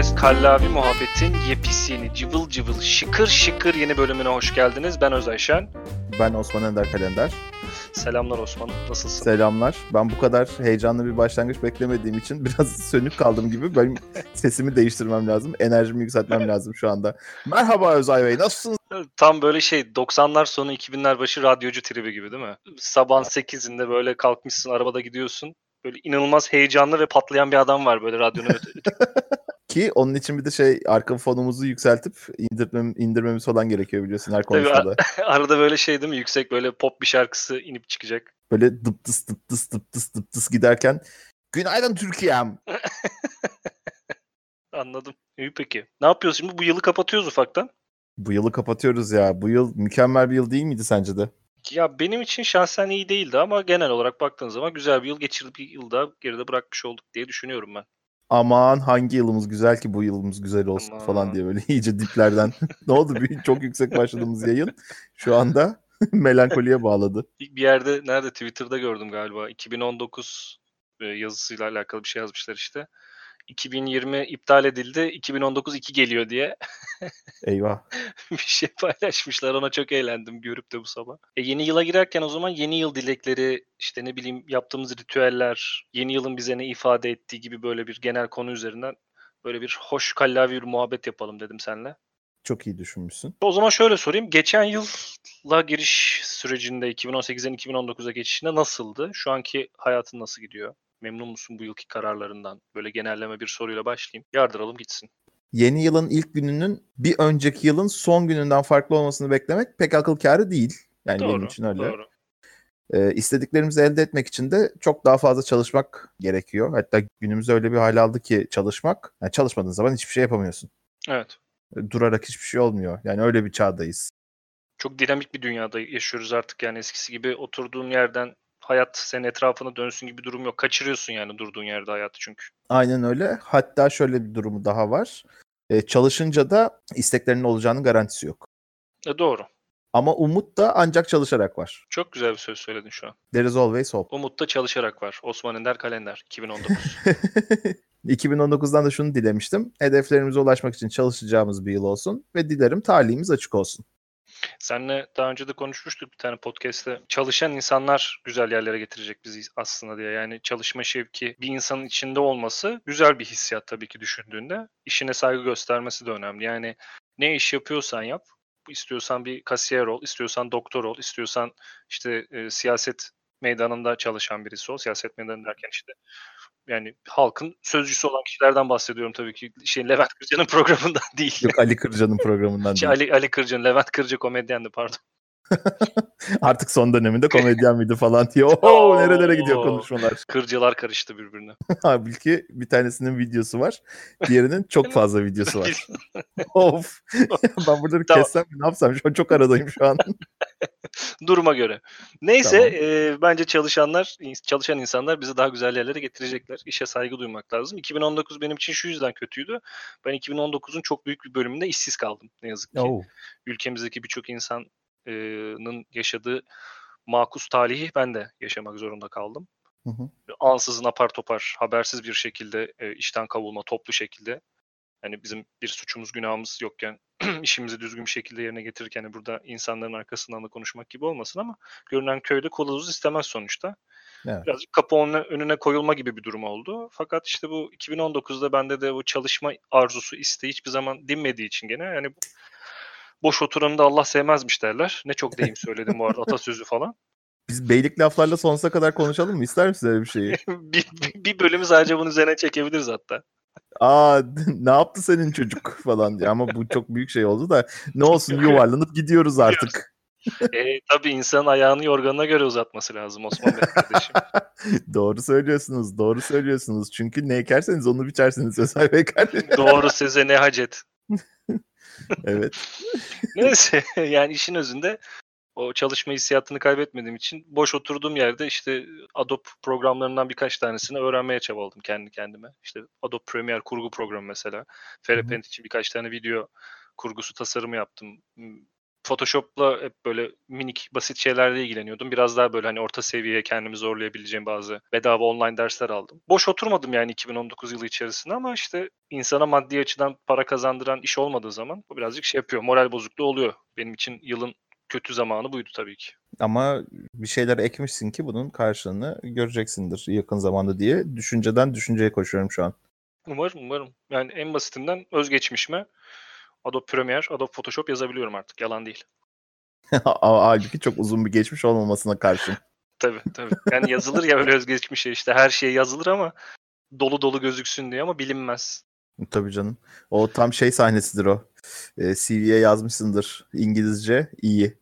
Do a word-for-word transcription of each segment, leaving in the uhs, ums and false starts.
Podcast Kallavi Muhabbet'in yepyeni cıvıl cıvıl şıkır şıkır yeni bölümüne hoş geldiniz. Ben Özay Şen. Ben Osman Ender Kalender. Selamlar Osman, nasılsın? Selamlar. Ben bu kadar heyecanlı bir başlangıç beklemediğim için biraz sönük kaldım gibi. Benim sesimi değiştirmem lazım. Enerjimi yükseltmem lazım şu anda. Merhaba Özay Bey, nasılsınız? Tam böyle şey doksanlar sonu iki binler başı radyocu tribi gibi değil mi? Sabahın sekizinde böyle kalkmışsın, arabada gidiyorsun. Böyle inanılmaz heyecanlı ve patlayan bir adam var böyle radyonun öte. Ki onun için bir de şey arka fonumuzu yükseltip indirmem, indirmemiz falan gerekiyor biliyorsun her konuşmada. Tabii, arada böyle şey değil mi? Yüksek böyle pop bir şarkısı inip çıkacak. Böyle dıp tıs dıp tıs dıp tıs dıp tıs giderken günaydın Türkiye'm. Anladım. İyi peki. Ne yapıyoruz şimdi? Bu yılı kapatıyoruz ufaktan. Bu yılı kapatıyoruz ya. Bu yıl mükemmel bir yıl değil miydi sence de? Ya benim için şahsen iyi değildi ama genel olarak baktığın zaman güzel bir yıl geçirdik, bir yıl daha geride bırakmış olduk diye düşünüyorum ben. Aman hangi yılımız güzel ki bu yılımız güzel olsun Aman. falan diye böyle iyice diplerden. Ne oldu? Bir, çok yüksek başladığımız yayın şu anda melankoliye bağladı. İlk bir yerde nerede Twitter'da gördüm galiba. iki bin on dokuz e, yazısıyla alakalı bir şey yazmışlar işte. iki bin yirmi iptal edildi, iki bin on dokuz iki geliyor diye Eyvah. bir şey paylaşmışlar. Ona çok eğlendim görüp de bu sabah. E, yeni yıla girerken o zaman yeni yıl dilekleri, işte ne bileyim yaptığımız ritüeller, yeni yılın bize ne ifade ettiği gibi böyle bir genel konu üzerinden böyle bir hoş kallavi bir muhabbet yapalım dedim seninle. Çok iyi düşünmüşsün. O zaman şöyle sorayım. Geçen yılla giriş sürecinde iki bin on sekizden iki bin on dokuza geçişinde nasıldı? Şu anki hayatın nasıl gidiyor? Memnun musun bu yılki kararlarından? Böyle genelleme bir soruyla başlayayım. Yardıralım gitsin. Yeni yılın ilk gününün bir önceki yılın son gününden farklı olmasını beklemek pek akıl kârı değil. Yani Doğru, benim için öyle. doğru. Ee, istediklerimizi elde etmek için de çok daha fazla çalışmak gerekiyor. Hatta günümüzde öyle bir hal aldı ki çalışmak, yani çalışmadığın zaman hiçbir şey yapamıyorsun. Evet. Durarak hiçbir şey olmuyor. Yani öyle bir çağdayız. Çok dinamik bir dünyada yaşıyoruz artık, yani eskisi gibi oturduğun yerden hayat senin etrafına dönsün gibi bir durum yok. Kaçırıyorsun yani durduğun yerde hayatı çünkü. Aynen öyle. Hatta şöyle bir durumu daha var. Ee, çalışınca da isteklerinin olacağının garantisi yok. E doğru. Ama umut da ancak çalışarak var. Çok güzel bir söz söyledin şu an. There is always hope. Umutta çalışarak var. Osman Ender Kalender iki bin on dokuz. iki bin on dokuzdan da şunu dilemiştim. Hedeflerimize ulaşmak için çalışacağımız bir yıl olsun ve dilerim talihimiz açık olsun. Seninle daha önce de konuşmuştuk bir tane podcast'te. Çalışan insanlar güzel yerlere getirecek bizi aslında diye. Yani çalışma şevki bir insanın içinde olması güzel bir hissiyat tabii ki düşündüğünde. İşine saygı göstermesi de önemli. Yani ne iş yapıyorsan yap. İstiyorsan bir kasiyer ol, istiyorsan doktor ol, istiyorsan işte e, siyaset meydanında çalışan birisi ol. Siyaset meydanı derken işte yani halkın sözcüsü olan kişilerden bahsediyorum tabii ki. Şey, Levent Kırca'nın programından değil. Yok Ali Kırca'nın programından Şey, değil. Ali, Ali Kırca'nın, Levent Kırca komedyendi pardon. Artık son döneminde komedyen miydi falan diye. Oho nerelere gidiyor konuşmalar. Kırcılar karıştı birbirine. Halbuki bir tanesinin videosu var. Diğerinin çok fazla videosu var. Of. Ben buraları Tamam. kessem mi ne yapsam? Şu an çok aradayım şu an. Duruma göre. Neyse Tamam. e, bence çalışanlar, çalışan insanlar bizi daha güzel yerlere getirecekler. İşe saygı duymak lazım. iki bin on dokuz benim için şu yüzden kötüydü. Ben iki bin on dokuzun çok büyük bir bölümünde işsiz kaldım ne yazık ki. Oh. Ülkemizdeki birçok insanın yaşadığı makus talihi ben de yaşamak zorunda kaldım. Hı hı. Ansızın apar topar, habersiz bir şekilde e, işten kovulma, toplu şekilde. Hani bizim bir suçumuz, günahımız yokken işimizi düzgün bir şekilde yerine getirirken hani burada insanların arkasından da konuşmak gibi olmasın ama görünen köyde kılavuz istemez sonuçta. Evet. Birazcık kapı önüne, önüne koyulma gibi bir durum oldu. Fakat işte bu iki bin on dokuzda bende de bu çalışma arzusu, isteği hiçbir zaman dinmediği için gene yani boş oturanı da Allah sevmezmiş derler. Ne çok deyim söyledim bu arada, atasözü falan. Biz beylik laflarla sonsuza kadar konuşalım mı? İster misin öyle bir şeyi? bir, bir bölümü sadece bunun üzerine çekebiliriz hatta. Aa ne yaptı senin çocuk falan diye. Ama bu çok büyük şey oldu da ne olsun yuvarlanıp gidiyoruz artık. e, tabii insanın ayağını yorganına göre uzatması lazım Osman Bey kardeşim. Doğru söylüyorsunuz, doğru söylüyorsunuz. Çünkü ne ekerseniz onu biçersiniz Özay Bey kardeşim. Doğru size ne hacet. Evet. Neyse yani işin özünde o çalışma hissiyatını kaybetmediğim için boş oturduğum yerde işte Adobe programlarından birkaç tanesini öğrenmeye çabaladım kendi kendime. İşte Adobe Premiere kurgu programı mesela. Ferapaint için birkaç tane video kurgusu tasarımı yaptım. Photoshop'la hep böyle minik, basit şeylerle ilgileniyordum. Biraz daha böyle, hani, orta seviyeye kendimi zorlayabileceğim bazı bedava online dersler aldım. Boş oturmadım yani iki bin on dokuz yılı içerisinde ama, işte, insana maddi açıdan para kazandıran iş olmadığı zaman bu birazcık şey yapıyor, moral bozukluğu oluyor. Benim için yılın kötü zamanı buydu tabii ki. Ama bir şeyler ekmişsin ki bunun karşılığını göreceksindir yakın zamanda diye düşünceden düşünceye koşuyorum şu an. Umarım, umarım. Yani en basitinden özgeçmişime Adobe Premiere, Adobe Photoshop yazabiliyorum artık. Yalan değil. Hâlbuki çok uzun bir geçmiş olmamasına karşın. Tabii, tabii. Yani yazılır ya öyle özgeçmişe, işte her şey yazılır ama dolu dolu gözüksün diye ama bilinmez. Tabii canım. O tam şey sahnesidir o. E, C V'ye yazmışsındır İngilizce iyi.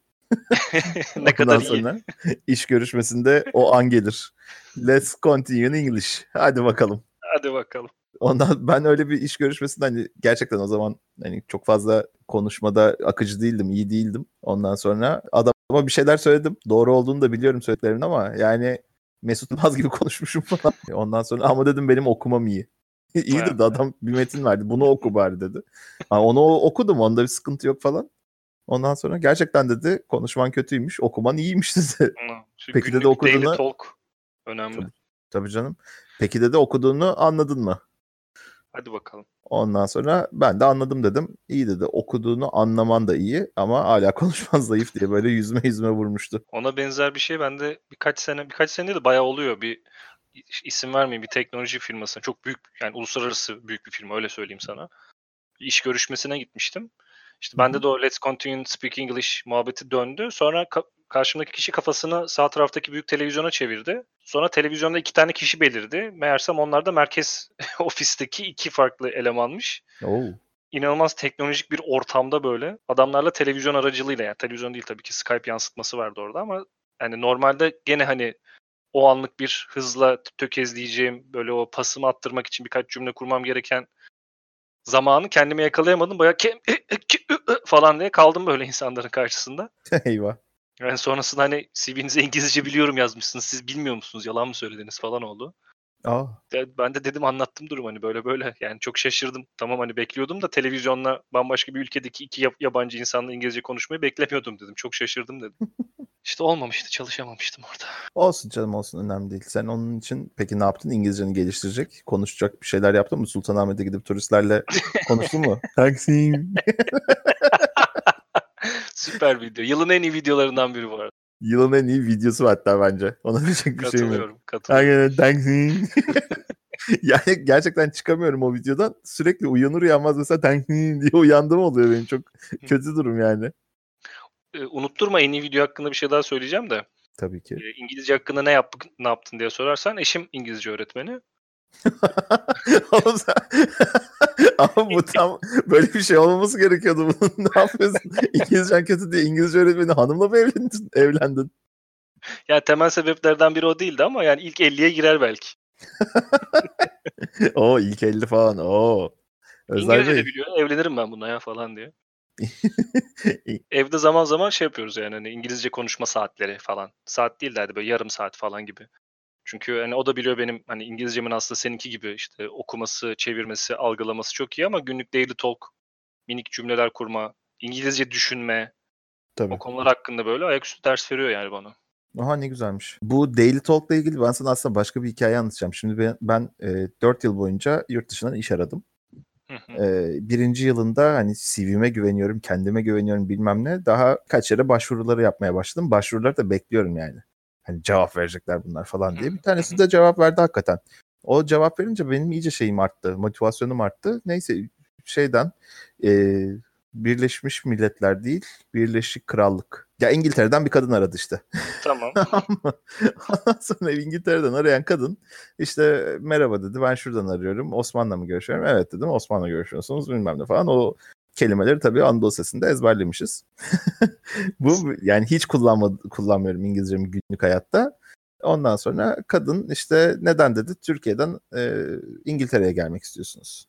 Ne Ondan kadar iyi. sonra iş görüşmesinde o an gelir. Let's continue in English. Hadi bakalım. Hadi bakalım. Ondan ben öyle bir iş görüşmesinde hani gerçekten o zaman hani çok fazla konuşmada akıcı değildim, iyi değildim. Ondan sonra adama bir şeyler söyledim. Doğru olduğunu da biliyorum söylediklerimin ama yani Mesut Yılmaz gibi konuşmuşum falan. Ondan sonra ama dedim benim okumam iyi. İyi Evet. dedi adam, bir metin verdi. Bunu oku bari dedi. Ha, onu okudum. Onda bir sıkıntı yok falan. Ondan sonra gerçekten dedi konuşman kötüymüş. Okuman iyiymiş dedi. Ama şu Peki dedi günlük daily okuduğunu talk önemli. tabii, tabii canım. Peki dedi okuduğunu anladın mı? Hadi bakalım. Ondan sonra ben de anladım dedim. İyi dedi. Okuduğunu anlaman da iyi ama hala konuşman zayıf diye böyle yüzme yüzme vurmuştu. Ona benzer bir şey bende birkaç sene, birkaç sene değil de bayağı oluyor. Bir isim vermeyeyim, bir teknoloji firmasına. Çok büyük, yani uluslararası büyük bir firma, öyle söyleyeyim sana. Bir iş görüşmesine gitmiştim. İşte Hı hı. bende de o Let's Continue Speak English muhabbeti döndü. Sonra ka- karşımdaki kişi kafasını sağ taraftaki büyük televizyona çevirdi. Sonra televizyonda iki tane kişi belirdi. Meğersem onlar da merkez ofisteki iki farklı elemanmış. Oo. İnanılmaz teknolojik bir ortamda böyle adamlarla televizyon aracılığıyla, yani televizyon değil tabii ki, Skype yansıtması vardı orada ama yani normalde gene hani o anlık bir hızla tökezleyeceğim, böyle o pasımı attırmak için birkaç cümle kurmam gereken zamanı kendime yakalayamadım. Bayağı ke falan diye kaldım böyle insanların karşısında. Eyvah. Yani sonrasında hani C V'nize İngilizce biliyorum yazmışsınız. Siz bilmiyor musunuz? Yalan mı söylediniz falan oldu. Aa. Ya ben de dedim, anlattım durum hani böyle böyle. Yani çok şaşırdım. Tamam hani bekliyordum da televizyonla bambaşka bir ülkedeki iki yab- yabancı insanla İngilizce konuşmayı beklemiyordum dedim. Çok şaşırdım dedim. İşte olmamıştı, çalışamamıştım orada. Olsun canım olsun, önemli değil. Sen onun için peki ne yaptın? İngilizceni geliştirecek, konuşacak bir şeyler yaptın mı? Sultanahmet'e gidip turistlerle konuştun mu? Taksim. Süper video. Yılın en iyi videolarından biri bu arada. Yılın en iyi videosu hatta bence. Ona diyecek bir şeyim yok. Katılıyorum, katılıyorum. Aynen, Taksim. Yani gerçekten çıkamıyorum o videodan. Sürekli uyanır uyanmaz mesela Taksim diye uyandığım oluyor benim. Çok kötü durum yani. Eee, unutturma, en iyi video hakkında bir şey daha söyleyeceğim de. Tabii ki. Eee, İngilizce hakkında ne yap ne yaptın diye sorarsan, eşim İngilizce öğretmeni. Oğlum sen- Ama bu tam böyle bir şey olmaması gerekiyordu bunun. Ne yapıyorsun? İngilizcen kötü diye İngilizce öğretmeni hanımla mı evlendin? evlendin? Yani temel sebeplerden biri o değildi ama yani ilk elliye girer belki. Oo, ilk elli falan. Oo. Özer İngilizce de Bey. biliyor. Evlenirim ben bununla ya falan diye. Evde zaman zaman şey yapıyoruz yani, hani İngilizce konuşma saatleri falan. Saat değil de hadi böyle yarım saat falan gibi. Çünkü hani o da biliyor benim hani İngilizcemin aslında seninki gibi işte okuması, çevirmesi, algılaması çok iyi ama günlük daily talk, minik cümleler kurma, İngilizce düşünme, o Tabii. konular hakkında böyle ayaküstü ders veriyor yani bana. Oha, ne güzelmiş. Bu Daily Talk'la ilgili ben sana aslında başka bir hikaye anlatacağım. Şimdi ben, ben e, dört yıl boyunca yurt dışından iş aradım. Hı hı. E, birinci yılında hani C V'me güveniyorum, kendime güveniyorum bilmem ne. Daha kaç yere başvuruları yapmaya başladım. Başvuruları da bekliyorum yani. Hani cevap verecekler bunlar falan diye. Bir tanesi de cevap verdi hakikaten. O cevap verince benim iyice şeyim arttı, motivasyonum arttı. Neyse şeyden e, Birleşmiş Milletler değil, Birleşik Krallık. Ya İngiltere'den bir kadın aradı işte. Tamam. Ondan sonra İngiltere'den arayan kadın işte merhaba dedi, ben şuradan arıyorum, Osman'la mı görüşüyorum? Evet dedim, Osman'la görüşüyorsunuz bilmem ne falan. O kelimeleri tabii Anadolu sesinde ezberlemişiz. Bu yani hiç kullanmadı, kullanmıyorum İngilizcemi günlük hayatta. Ondan sonra kadın işte neden dedi, Türkiye'den e, İngiltere'ye gelmek istiyorsunuz.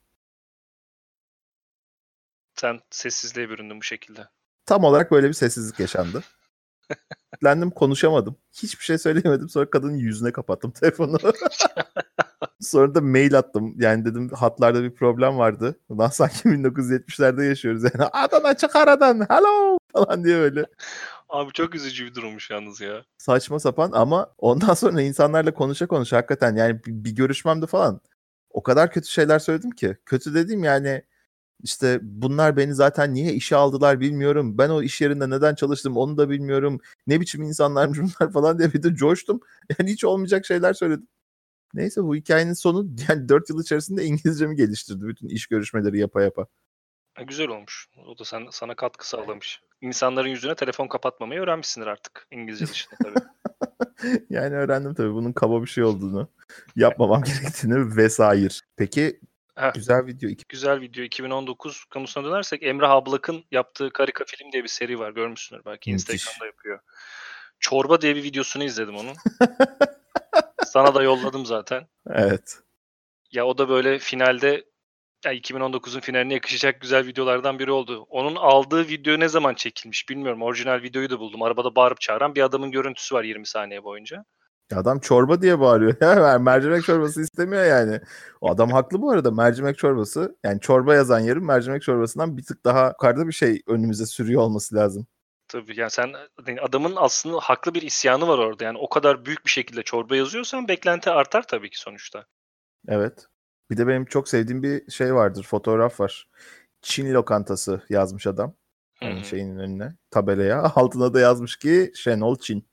Sen sessizliğe büründün bu şekilde. Tam olarak böyle bir sessizlik yaşandı. Kitlendim, konuşamadım. Hiçbir şey söyleyemedim. Sonra kadının yüzüne kapattım telefonu. Sonra da mail attım. Yani dedim hatlarda bir problem vardı. Ulan sanki bin dokuz yüz yetmişlerde yaşıyoruz yani. Adana çık aradan. Hello falan diye böyle. Abi çok üzücü bir durummuş yalnız ya. Saçma sapan ama ondan sonra insanlarla konuşa konuşa hakikaten yani bir, bir görüşmemde falan o kadar kötü şeyler söyledim ki. Kötü dediğim yani işte bunlar beni zaten niye işe aldılar bilmiyorum. Ben o iş yerinde neden çalıştım onu da bilmiyorum. Ne biçim insanlarmış bunlar falan diye bir de coştum. Yani hiç olmayacak şeyler söyledim. Neyse bu hikayenin sonu yani dört yıl içerisinde İngilizcemi geliştirdi. Bütün iş görüşmeleri yapa yapa. Ha, güzel olmuş. O da sen, sana katkı sağlamış. İnsanların yüzüne telefon kapatmamayı öğrenmişsindir artık. İngilizce dışında tabii. Yani öğrendim tabii bunun kaba bir şey olduğunu. Yapmamam gerektiğini vesaire. Peki Heh, güzel video. iki- güzel video. iki bin on dokuz konusuna dönersek Emre Ablak'ın yaptığı Karika Film diye bir seri var. Görmüşsündür belki. Müthiş. Instagram'da yapıyor. Çorba diye bir videosunu izledim onun. Sana da yolladım zaten. Evet. Ya o da böyle finalde ya iki bin on dokuzun finaline yakışacak güzel videolardan biri oldu. Onun aldığı video ne zaman çekilmiş bilmiyorum. Orijinal videoyu da buldum. Arabada bağırıp çağıran bir adamın görüntüsü var yirmi saniye boyunca. Adam çorba diye bağırıyor. Ya mercimek çorbası istemiyor yani. O adam haklı bu arada. Mercimek çorbası yani çorba yazan yerin mercimek çorbasından bir tık daha yukarıda bir şey önümüze sürüyor olması lazım. Tabii yani sen adamın aslında haklı bir isyanı var orada. Yani o kadar büyük bir şekilde çorba yazıyorsan beklenti artar tabii ki sonuçta. Evet. Bir de benim çok sevdiğim bir şey vardır. Fotoğraf var. Çin lokantası yazmış adam. Hı Hani hı. şeyin önüne tabelaya. Altına da yazmış ki Şenol Çin.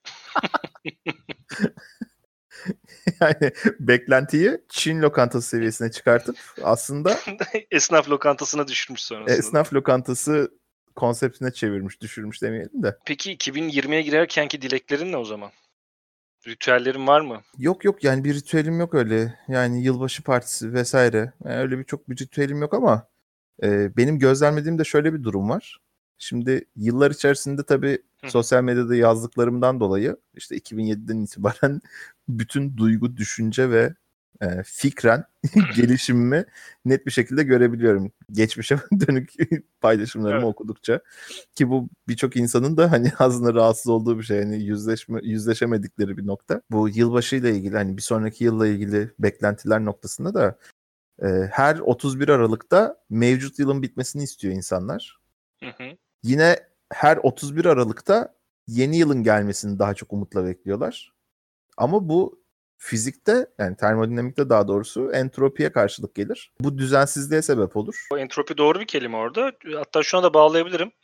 Yani beklentiyi Çin lokantası seviyesine çıkartıp aslında Esnaf lokantasına düşürmüş sonrasında. esnaf lokantası konseptine çevirmiş, düşürmüş demeyelim de. Peki iki bin yirmiye girerkenki dileklerin ne o zaman? Ritüellerin var mı? Yok yok yani bir ritüelim yok öyle. Yani yılbaşı partisi vesaire. Yani öyle bir çok bir ritüelim yok ama e, benim gözlemlediğimde şöyle bir durum var. Şimdi yıllar içerisinde tabii Hı hı. sosyal medyada yazdıklarımdan dolayı işte iki bin yediden itibaren bütün duygu, düşünce ve e, fikren gelişimimi net bir şekilde görebiliyorum. Geçmişe dönük paylaşımlarımı Evet. okudukça. Ki bu birçok insanın da hani aslında rahatsız olduğu bir şey. Hani yüzleşme, yüzleşemedikleri bir nokta. Bu yılbaşıyla ilgili hani bir sonraki yılla ilgili beklentiler noktasında da e, her otuz bir Aralık'ta mevcut yılın bitmesini istiyor insanlar. Hı hı. Yine her otuz bir Aralık'ta yeni yılın gelmesini daha çok umutla bekliyorlar. Ama bu fizikte yani termodinamikte daha doğrusu entropiye karşılık gelir. Bu düzensizliğe sebep olur. O entropi doğru bir kelime orada. Hatta şuna da bağlayabilirim.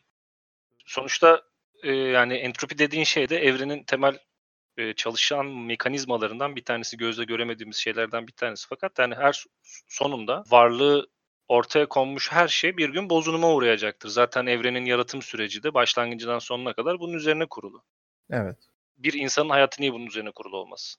Sonuçta e, yani entropi dediğin şey de evrenin temel e, çalışan mekanizmalarından bir tanesi, gözle göremediğimiz şeylerden bir tanesi. Fakat yani her sonunda varlığı ortaya konmuş her şey bir gün bozuluma uğrayacaktır. Zaten evrenin yaratım süreci de başlangıcından sonuna kadar bunun üzerine kurulu. Evet. Bir insanın hayatı niye bunun üzerine kurulu olmaz?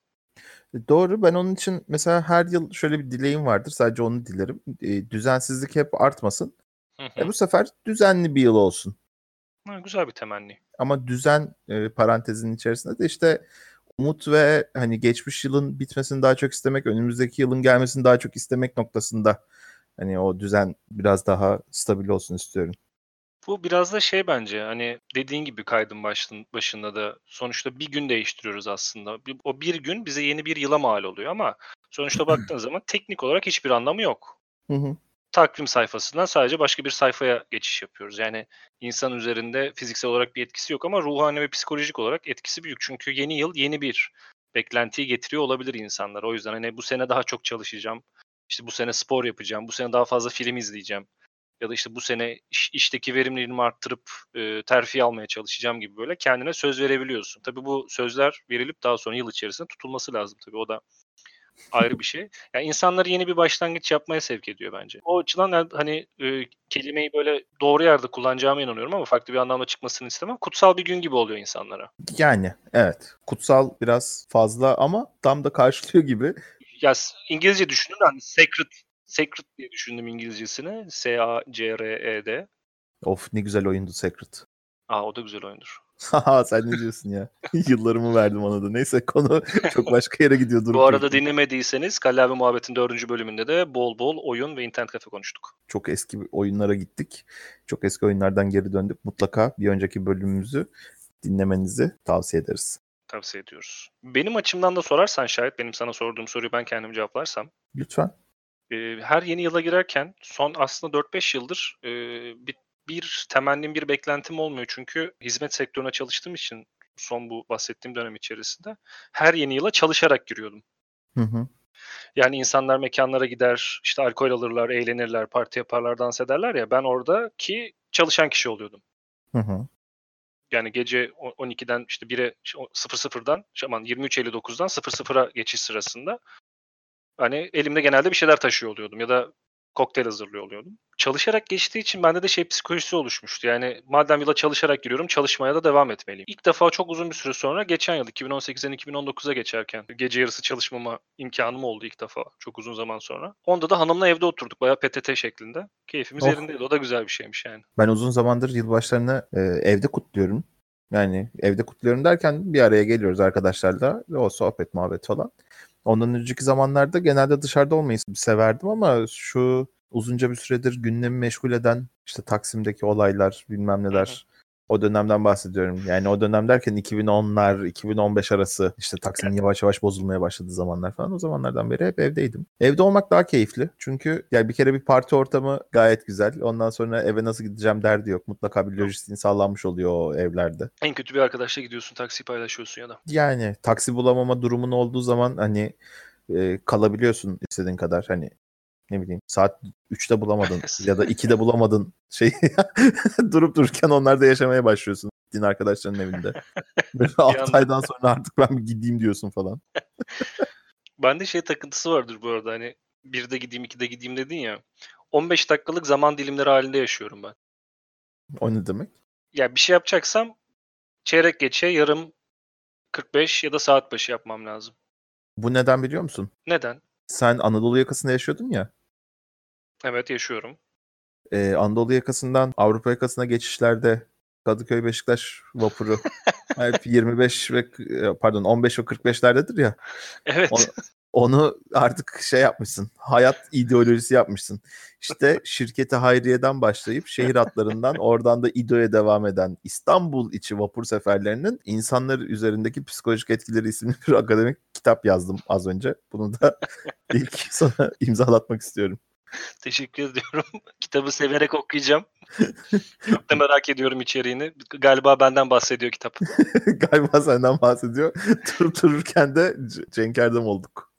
Doğru. Ben onun için mesela her yıl şöyle bir dileğim vardır. Sadece onu dilerim. E, düzensizlik hep artmasın. Hı E, hı. bu sefer düzenli bir yıl olsun. Ha, güzel bir temenni. Ama düzen e, parantezinin içerisinde de işte umut ve hani geçmiş yılın bitmesini daha çok istemek, önümüzdeki yılın gelmesini daha çok istemek noktasında hani o düzen biraz daha stabil olsun istiyorum. Bu biraz da şey bence hani dediğin gibi kaydın başın, başında da sonuçta bir gün değiştiriyoruz aslında. Bir- O bir gün bize yeni bir yıla mal oluyor ama sonuçta baktığın zaman teknik olarak hiçbir anlamı yok. Hı hı. Takvim sayfasından sadece başka bir sayfaya geçiş yapıyoruz. Yani insan üzerinde fiziksel olarak bir etkisi yok ama ruhani ve psikolojik olarak etkisi büyük. Çünkü yeni yıl yeni bir beklentiyi getiriyor olabilir insanlar. O yüzden hani bu sene daha çok çalışacağım. İşte bu sene spor yapacağım. Bu sene daha fazla film izleyeceğim. Ya da işte bu sene iş, işteki verimliliğimi arttırıp e, terfi almaya çalışacağım gibi böyle kendine söz verebiliyorsun. Tabii bu sözler verilip daha sonra yıl içerisinde tutulması lazım tabii. O da ayrı bir şey. Yani insanları yeni bir başlangıç yapmaya sevk ediyor bence. O açıdan yani hani e, kelimeyi böyle doğru yerde kullanacağıma inanıyorum ama farklı bir anlamda çıkmasını istemem. Kutsal bir gün gibi oluyor insanlara. Yani evet. Kutsal biraz fazla ama tam da karşılıyor gibi. Ya s- İngilizce düşündüm de hani sacred, sacred diye düşündüm İngilizcesini. S A C R E D. Of ne güzel oyundu Secret. Aa o da güzel oyundur. Haha sen ne diyorsun ya? Yıllarımı verdim ona da. Neyse konu çok başka yere gidiyor Bu durup arada dururken. dinlemediyseniz Kallavi Muhabbet'in dördüncü bölümünde de bol bol oyun ve internet kafe konuştuk. Çok eski oyunlara gittik. Çok eski oyunlardan geri döndük. Mutlaka bir önceki bölümümüzü dinlemenizi tavsiye ederiz. Tavsiye ediyoruz. Benim açımdan da sorarsan şayet, benim sana sorduğum soruyu ben kendim cevaplarsam. Lütfen. E, her yeni yıla girerken son aslında dört beş yıldır e, bir, bir temennim, bir beklentim olmuyor. Çünkü hizmet sektörüne çalıştığım için son bu bahsettiğim dönem içerisinde her yeni yıla çalışarak giriyordum. Hı hı. Yani insanlar mekanlara gider, işte alkol alırlar, eğlenirler, parti yaparlar, dans ederler ya, ben oradaki çalışan kişi oluyordum. Hı hı. Yani gece on ikiden işte bire sıfır sıfırdan aman yirmi üç elli dokuzdan sıfır sıfıra geçiş sırasında hani elimde genelde bir şeyler taşıyor oluyordum ya da kokteyl hazırlıyor oluyordum. Çalışarak geçtiği için bende de şey psikolojisi oluşmuştu. Yani madem yıla çalışarak giriyorum, çalışmaya da devam etmeliyim. İlk defa çok uzun bir süre sonra geçen yıl iki bin on sekizden iki bin on dokuza geçerken gece yarısı çalışmama imkanım oldu ilk defa çok uzun zaman sonra. Onda da hanımla evde oturduk bayağı P T T şeklinde. Keyfimiz Oh. yerindeydi. O da güzel bir şeymiş yani. Ben uzun zamandır yılbaşlarını e, evde kutluyorum. Yani evde kutluyorum derken bir araya geliyoruz arkadaşlarla. O sohbet, muhabbet falan. Ondan önceki zamanlarda genelde dışarıda olmayı severdim ama şu uzunca bir süredir gündemi meşgul eden işte Taksim'deki olaylar bilmem neler, hı hı, o dönemden bahsediyorum. Yani o dönem derken iki bin onlar iki bin on beş arası işte Taksim'in yavaş yavaş bozulmaya başladığı zamanlar falan, o zamanlardan beri hep evdeydim. Evde olmak daha keyifli çünkü yani bir kere bir parti ortamı gayet güzel. Ondan sonra eve nasıl gideceğim derdi yok. Mutlaka bir lojistiğin sağlanmış oluyor o evlerde. En kötü bir arkadaşla gidiyorsun, taksi paylaşıyorsun ya da. Yani taksi bulamama durumun olduğu zaman hani e, kalabiliyorsun istediğin kadar, hani ne bileyim saat üçte bulamadın ya da ikide bulamadın şey durup dururken onlarda yaşamaya başlıyorsun din arkadaşların evinde. altı aydan sonra artık ben bir gideyim diyorsun falan. Bende şey takıntısı vardır bu arada, hani birde gideyim ikide gideyim dedin ya. on beş dakikalık zaman dilimleri halinde yaşıyorum ben. O ne demek? Ya bir şey yapacaksam çeyrek geçe, yarım, kırk beş ya da saat başı yapmam lazım. Bu neden biliyor musun? Neden? Sen Anadolu yakasında yaşıyordun ya. Evet, yaşıyorum. Ee, Anadolu yakasından Avrupa yakasına geçişlerde Kadıköy Beşiktaş vapuru hep yirmi beş ve pardon on beş ve kırk beşlerdedir ya. Evet. Onu, onu artık şey yapmışsın. Hayat ideolojisi yapmışsın. İşte şirketi Hayriye'den başlayıp şehir hatlarından oradan da İdo'ya devam eden İstanbul içi vapur seferlerinin insanlar üzerindeki psikolojik etkileri isimli bir akademik kitap yazdım az önce. Bunu da ilk sana imzalatmak istiyorum. Teşekkür ediyorum. Kitabı severek okuyacağım. Çok da merak ediyorum içeriğini. Galiba benden bahsediyor kitap. Galiba senden bahsediyor. Durup dururken de Cenk Erdem olduk.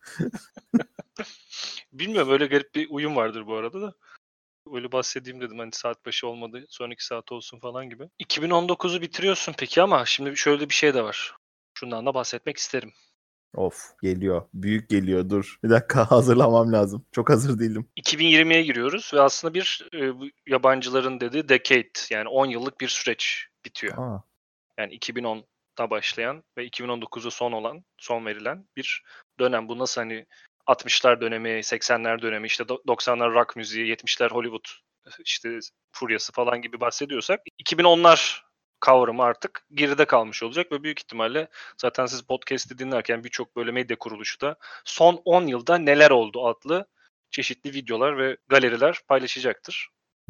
Bilmiyorum, öyle garip bir uyum vardır bu arada da. Öyle bahsedeyim dedim, hani saat başı olmadı, sonraki saat olsun falan gibi. iki bin on dokuzu bitiriyorsun peki ama şimdi şöyle bir şey de var. Şundan da bahsetmek isterim. Of, geliyor. Büyük geliyor. Dur. Bir dakika, hazırlamam lazım. Çok hazır değilim. iki bin yirmiye giriyoruz ve aslında bir e, yabancıların dediği decade, yani on yıllık bir süreç bitiyor. Aa. Yani iki bin onda başlayan ve iki bin on dokuzda son olan, son verilen bir dönem. Bu nasıl hani altmışlar dönemi, seksenler dönemi, işte doksanlar rock müziği, yetmişler Hollywood işte furyası falan gibi bahsediyorsak, iki bin onlar kavramı artık geride kalmış olacak ve büyük ihtimalle zaten siz podcast'i dinlerken birçok böyle medya kuruluşu da son on yılda neler oldu adlı çeşitli videolar ve galeriler paylaşacaktır.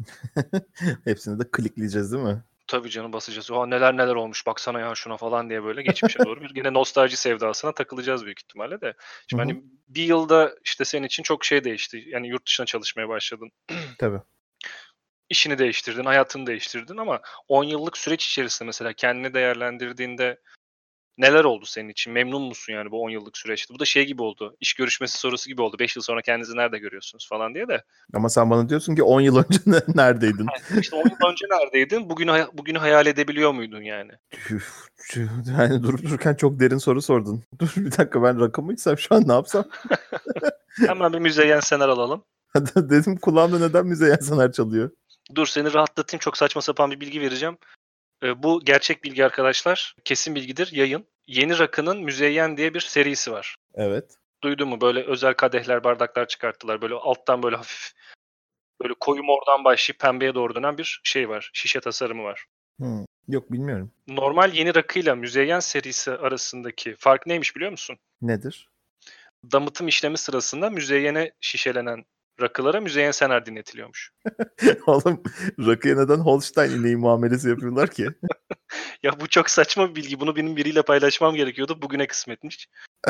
Hepsini de klikleyeceğiz değil mi? Tabii canım, basacağız. Oha, neler neler olmuş baksana ya şuna falan diye böyle geçmişe doğru bir yine nostalji sevdasına takılacağız büyük ihtimalle de. Şimdi hani bir yılda işte senin için çok şey değişti. Yani yurt dışına çalışmaya başladın. Tabii. İşini değiştirdin, hayatını değiştirdin ama on yıllık süreç içerisinde mesela kendini değerlendirdiğinde neler oldu senin için? Memnun musun yani bu on yıllık süreçte? Bu da şey gibi oldu. İş görüşmesi sorusu gibi oldu. beş yıl sonra kendinizi nerede görüyorsunuz falan diye de. Ama sen bana diyorsun ki on yıl önce neredeydin? İşte on yıl önce neredeydin? Bugünü, bugünü hayal edebiliyor muydun yani? Üf, yani durup dururken çok derin soru sordun. Dur bir dakika, ben rakamı içsem şu an ne yapsam? Hemen bir Müzeyyen Senar alalım. Dedim kulağımda neden Müzeyyen Senar çalıyor? Dur seni rahatlatayım, çok saçma sapan bir bilgi vereceğim. Ee, bu gerçek bilgi arkadaşlar. Kesin bilgidir, yayın. Yeni Rakı'nın Müzeyyen diye bir serisi var. Evet. Duydun mu? Böyle özel kadehler, bardaklar çıkarttılar. Böyle alttan böyle hafif böyle koyu mordan başlayıp pembeye doğru dönen bir şey var. Şişe tasarımı var. Hmm. Yok, bilmiyorum. Normal Yeni Rakı'yla Müzeyyen serisi arasındaki fark neymiş biliyor musun? Nedir? Damıtım işlemi sırasında müzeyyene şişelenen rakılara Müzeyyen Senar dinletiliyormuş. Oğlum, rakıya neden Holstein ineği muamelesi yapıyorlar ki? Ya bu çok saçma bir bilgi. Bunu benim biriyle paylaşmam gerekiyordu. Bugüne kısmetmiş.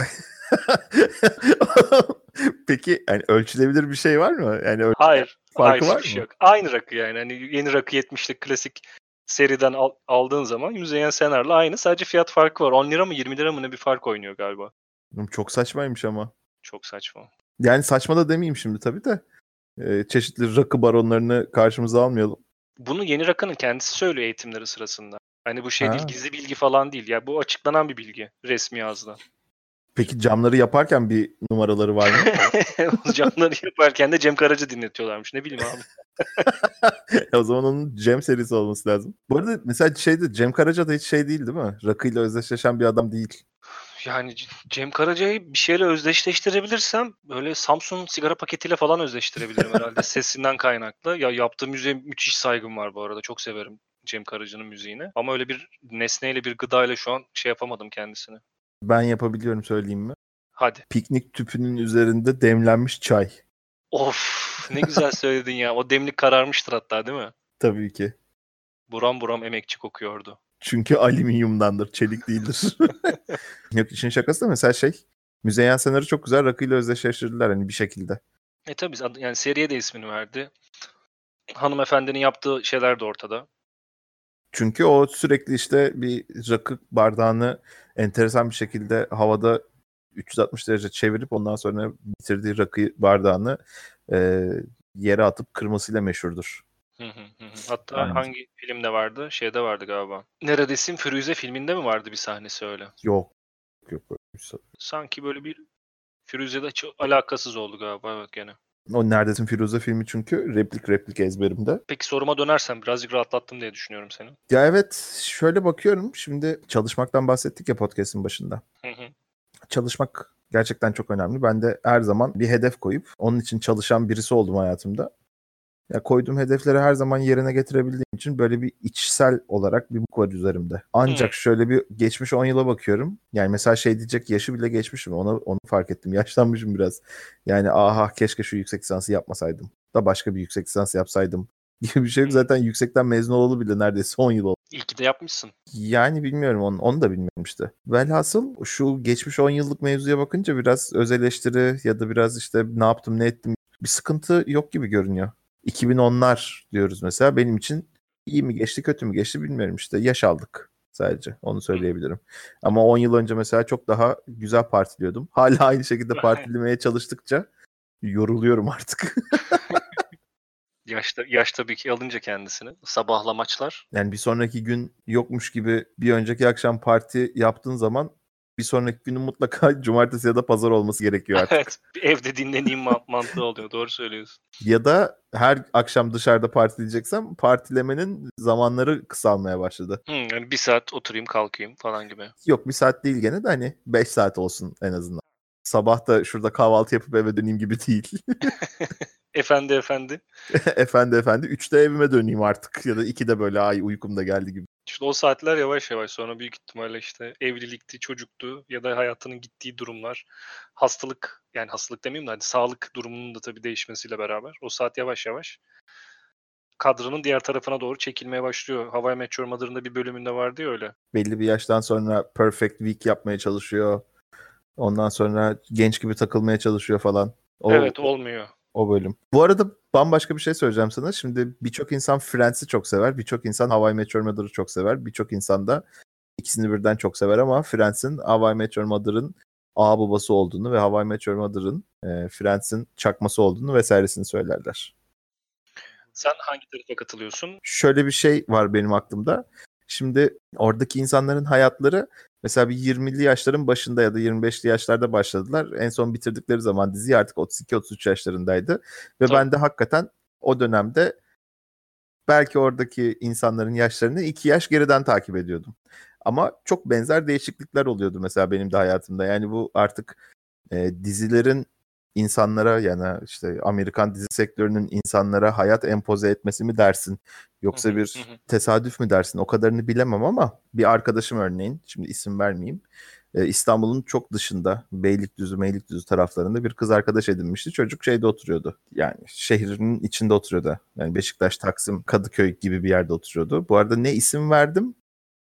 Peki yani ölçülebilir bir şey var mı? Yani ölçü Hayır. Hayır farkı var hiçbir şey mı? yok. Aynı rakı yani. Hani yeni rakı yetmişlik klasik seriden al- aldığın zaman Müzeyyen Senar'la aynı. Sadece fiyat farkı var. on lira mı yirmi lira mı ne bir fark oynuyor galiba. Oğlum çok saçmaymış ama. Çok saçma. Yani saçma da demeyeyim şimdi tabii de. Ee, çeşitli rakı baronlarını karşımıza almayalım. Bunu yeni rakının kendisi söylüyor eğitimleri sırasında. Hani bu şey değil, Ha. gizli bilgi falan değil. Ya bu açıklanan bir bilgi resmi ağızda. Peki camları yaparken bir numaraları var mı? Camları yaparken de Cem Karaca dinletiyorlarmış. Ne bileyim abi. O zaman onun Cem serisi olması lazım. Bu arada mesela şeyde Cem Karaca da hiç şey değil değil mi? Rakıyla özdeşleşen bir adam değil. Yani C- Cem Karaca'yı bir şeyle özdeşleştirebilirsem böyle Samsung sigara paketiyle falan özdeştirebilirim herhalde sesinden kaynaklı. Ya yaptığı müziğe müthiş saygım var bu arada. Çok severim Cem Karaca'nın müziğini. Ama öyle bir nesneyle bir gıdayla şu an şey yapamadım kendisini. Ben yapabiliyorum söyleyeyim mi? Hadi. Piknik tüpünün üzerinde demlenmiş çay. Of ne güzel söyledin ya. O demlik kararmıştır hatta değil mi? Tabii ki. Buram buram emekçi kokuyordu. Çünkü alüminyumdandır, çelik değildir. Yok işin şakası da mesela şey, Müzeyyen Senar'ı çok güzel rakıyla özdeşleştirdiler hani bir şekilde. E tabii ad- yani seriye de ismini verdi. Hanımefendinin yaptığı şeyler de ortada. Çünkü o sürekli işte bir rakı bardağını enteresan bir şekilde havada üç yüz altmış derece çevirip ondan sonra bitirdiği rakı bardağını e, yere atıp kırmasıyla meşhurdur. Hı hı hı hı. Hatta Aynen. hangi filmde vardı? Şeyde vardı galiba. Neredesin Firuze filminde mi vardı bir sahnesi öyle? Yok. Yok. Böyle bir şey. Sanki böyle bir Firuze'de çok alakasız oldu galiba evet gene. O Neredesin Firuze filmi çünkü replik replik ezberimde. Peki soruma dönersem birazcık rahatlattım diye düşünüyorum seni. Ya evet şöyle bakıyorum şimdi çalışmaktan bahsettik ya podcast'in başında. Hı hı. Çalışmak gerçekten çok önemli. Ben de her zaman bir hedef koyup onun için çalışan birisi oldum hayatımda. Ya koyduğum hedefleri her zaman yerine getirebildiğim için böyle bir içsel olarak bir muk var üzerimde. Ancak Hı. şöyle bir geçmiş on yıla bakıyorum. Yani mesela şey diyecek yaşı bile geçmişim. Onu onu fark ettim. Yaşlanmışım biraz. Yani aha keşke şu yüksek lisansı yapmasaydım. Da başka bir yüksek lisans yapsaydım gibi bir şey yok. Zaten yüksekten mezun olalı bile neredeyse on yıl oldu. İyi ki de yapmışsın. Yani bilmiyorum onu, onu da bilmiyorum işte. Velhasıl şu geçmiş on yıllık mevzuya bakınca biraz öz eleştiri ya da biraz işte ne yaptım ne ettim bir sıkıntı yok gibi görünüyor. iki bin onlar diyoruz mesela benim için iyi mi geçti kötü mü geçti bilmiyorum işte yaş aldık sadece onu söyleyebilirim. Ama on yıl önce mesela çok daha güzel partiliyordum. Hala aynı şekilde partilemeye çalıştıkça yoruluyorum artık. Yaşta, yaş tabii ki alınca kendisini. Sabahlamaçlar. Yani bir sonraki gün yokmuş gibi bir önceki akşam parti yaptığın zaman bir sonraki günün mutlaka cumartesi ya da pazar olması gerekiyor artık. Evet. Bir evde dinleneyim ma- mantığı oluyor. Doğru söylüyorsun. Ya da her akşam dışarıda partileyeceksem partilemenin zamanları kısalmaya başladı. Hı, yani bir saat oturayım kalkayım falan gibi. Yok bir saat değil gene de hani beş saat olsun en azından. Sabah da şurada kahvaltı yapıp eve döneyim gibi değil. Efendi efendi. efendi efendi üçte evime döneyim artık ya da ikide böyle ay uykum da geldi gibi. İşte o saatler yavaş yavaş sonra büyük ihtimalle işte evlilikti, çocuktu ya da hayatının gittiği durumlar, hastalık yani hastalık demeyeyim de hani sağlık durumunun da tabii değişmesiyle beraber o saat yavaş yavaş kadranın diğer tarafına doğru çekilmeye başlıyor. How I Met Your Mother'ın da bir bölümünde vardı ya öyle. Belli bir yaştan sonra perfect week yapmaya çalışıyor. Ondan sonra genç gibi takılmaya çalışıyor falan. O, Evet olmuyor. o bölüm. Bu arada bambaşka bir şey söyleyeceğim sana. Şimdi birçok insan Friends'i çok sever. Birçok insan How I Met Your Mother'ı çok sever. Birçok insan da ikisini birden çok sever ama Friends'in How I Met Your Mother'ın ağ babası olduğunu ve How I Met Your Mother'ın e, Friends'in çakması olduğunu vesairesini söylerler. Sen hangi tarafa katılıyorsun? Şöyle bir şey var benim aklımda. Şimdi oradaki insanların hayatları mesela bir yirmili yaşların başında ya da yirmi beşli yaşlarda başladılar. En son bitirdikleri zaman dizi artık otuz iki otuz üç yaşlarındaydı. Ve Tabii. ben de hakikaten o dönemde belki oradaki insanların yaşlarını iki yaş geriden takip ediyordum. Ama çok benzer değişiklikler oluyordu mesela benim de hayatımda. Yani bu artık e, dizilerin insanlara yani işte Amerikan dizi sektörünün insanlara hayat empoze etmesi mi dersin? Yoksa Hı hı, bir hı. tesadüf mü dersin? O kadarını bilemem ama bir arkadaşım örneğin, şimdi isim vermeyeyim. e, İstanbul'un çok dışında Beylikdüzü, Meylikdüzü taraflarında bir kız arkadaş edinmişti. Çocuk şeyde oturuyordu. Yani şehrin içinde oturuyordu. Yani Beşiktaş, Taksim, Kadıköy gibi bir yerde oturuyordu. Bu arada ne isim verdim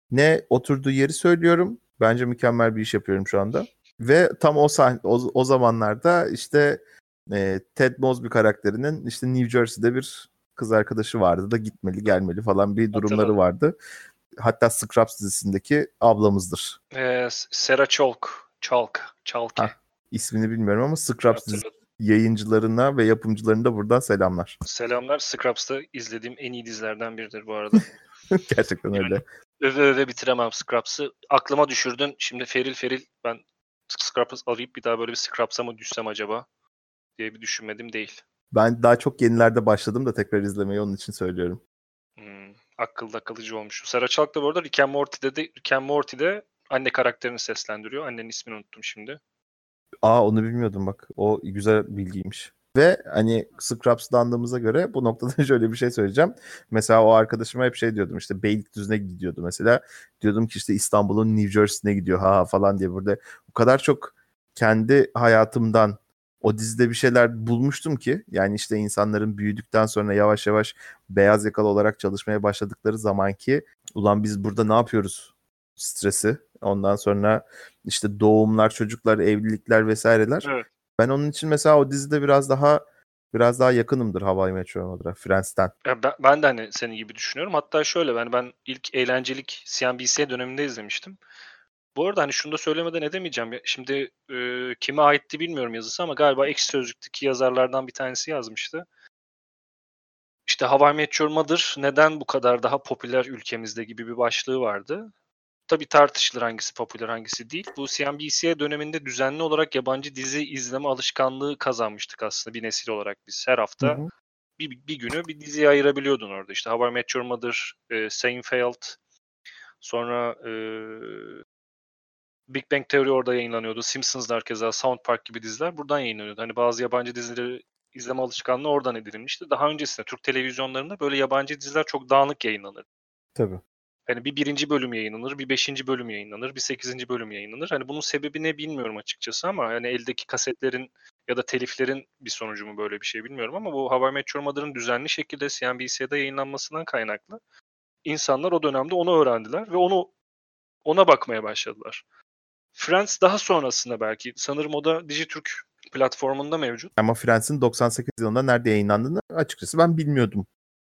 ne oturduğu yeri söylüyorum. Bence mükemmel bir iş yapıyorum şu anda. Ve tam o sahne, o, o zamanlarda işte e, Ted Mosby karakterinin işte New Jersey'de bir kız arkadaşı vardı da gitmeli gelmeli falan bir durumları Hatırladım. vardı. Hatta Scrubs dizisindeki ablamızdır. Ee, Sarah Chalk. Chalk. Chalke. Hah, ismini bilmiyorum ama Scrubs dizisi Hatırladım. yayıncılarına ve yapımcılarına da buradan selamlar. Selamlar. Scrubs'ta izlediğim en iyi dizilerden biridir bu arada. Gerçekten Yani öyle. öve öve bitiremem Scrubs'ı. Aklıma düşürdün. Şimdi feril feril ben Scrubs'ı arayıp bir daha böyle bir Scrubs'a mı düşsem acaba diye bir düşünmedim değil. Ben daha çok yenilerde başladım da tekrar izlemeyi onun için söylüyorum. Hmm, akılda kalıcı olmuş. Sarah Chalk da bu arada Rick and Morty'de de Rick and Morty'de anne karakterini seslendiriyor. Annenin ismini unuttum şimdi. Aa, onu bilmiyordum bak. O güzel bilgiymiş. Ve hani Scrubs'landığımıza göre bu noktada şöyle bir şey söyleyeceğim. Mesela o arkadaşıma hep şey diyordum, işte Beylikdüzü'ne gidiyordu mesela. Diyordum ki işte İstanbul'un New Jersey'ne gidiyor ha falan diye. Burada o kadar çok kendi hayatımdan o dizide bir şeyler bulmuştum ki, yani işte insanların büyüdükten sonra yavaş yavaş beyaz yakalı olarak çalışmaya başladıkları zamanki ulan biz burada ne yapıyoruz stresi, ondan sonra işte doğumlar, çocuklar, evlilikler vesaireler. Evet. Ben onun için mesela o dizide biraz daha biraz daha yakınımdır How I Met Your Mother'a, Friends'ten. Ya ben, ben de hani senin gibi düşünüyorum. Hatta şöyle ben ben ilk eğlencelik C N B C döneminde izlemiştim. Bu arada hani şunu da söylemeden edemeyeceğim. Ya, şimdi e, kime aitti bilmiyorum yazısı ama galiba Ekşi Sözlük'teki yazarlardan bir tanesi yazmıştı. İşte How I Met Your Mother neden bu kadar daha popüler ülkemizde gibi bir başlığı vardı. Tabii tartışılır hangisi popüler hangisi değil. Bu C N B C döneminde düzenli olarak yabancı dizi izleme alışkanlığı kazanmıştık aslında bir nesil olarak biz. Her Hı hafta hı. bir, bir günü bir diziye ayırabiliyordun orada. İşte How I Met Your Mother, e, Seinfeld, sonra e, Big Bang Theory orada yayınlanıyordu. Simpsons'lar keza, South Park gibi diziler buradan yayınlanıyordu. Hani bazı yabancı dizileri izleme alışkanlığı oradan edinilmişti. Daha öncesinde Türk televizyonlarında böyle yabancı diziler çok dağınık yayınlanır. Tabii. Hani bir birinci bölüm yayınlanır, bir beşinci bölüm yayınlanır, bir sekizinci bölüm yayınlanır. Hani bunun sebebi ne bilmiyorum açıkçası ama hani eldeki kasetlerin ya da teliflerin bir sonucu mu böyle bir şey bilmiyorum ama bu How I Met Your Mother'ın düzenli şekilde C N B C'de yayınlanmasından kaynaklı insanlar o dönemde onu öğrendiler ve onu ona bakmaya başladılar. Friends daha sonrasında belki sanırım o da Dijitürk platformunda mevcut. Ama Friends'in doksan sekiz yılında nerede yayınlandığını açıkçası ben bilmiyordum.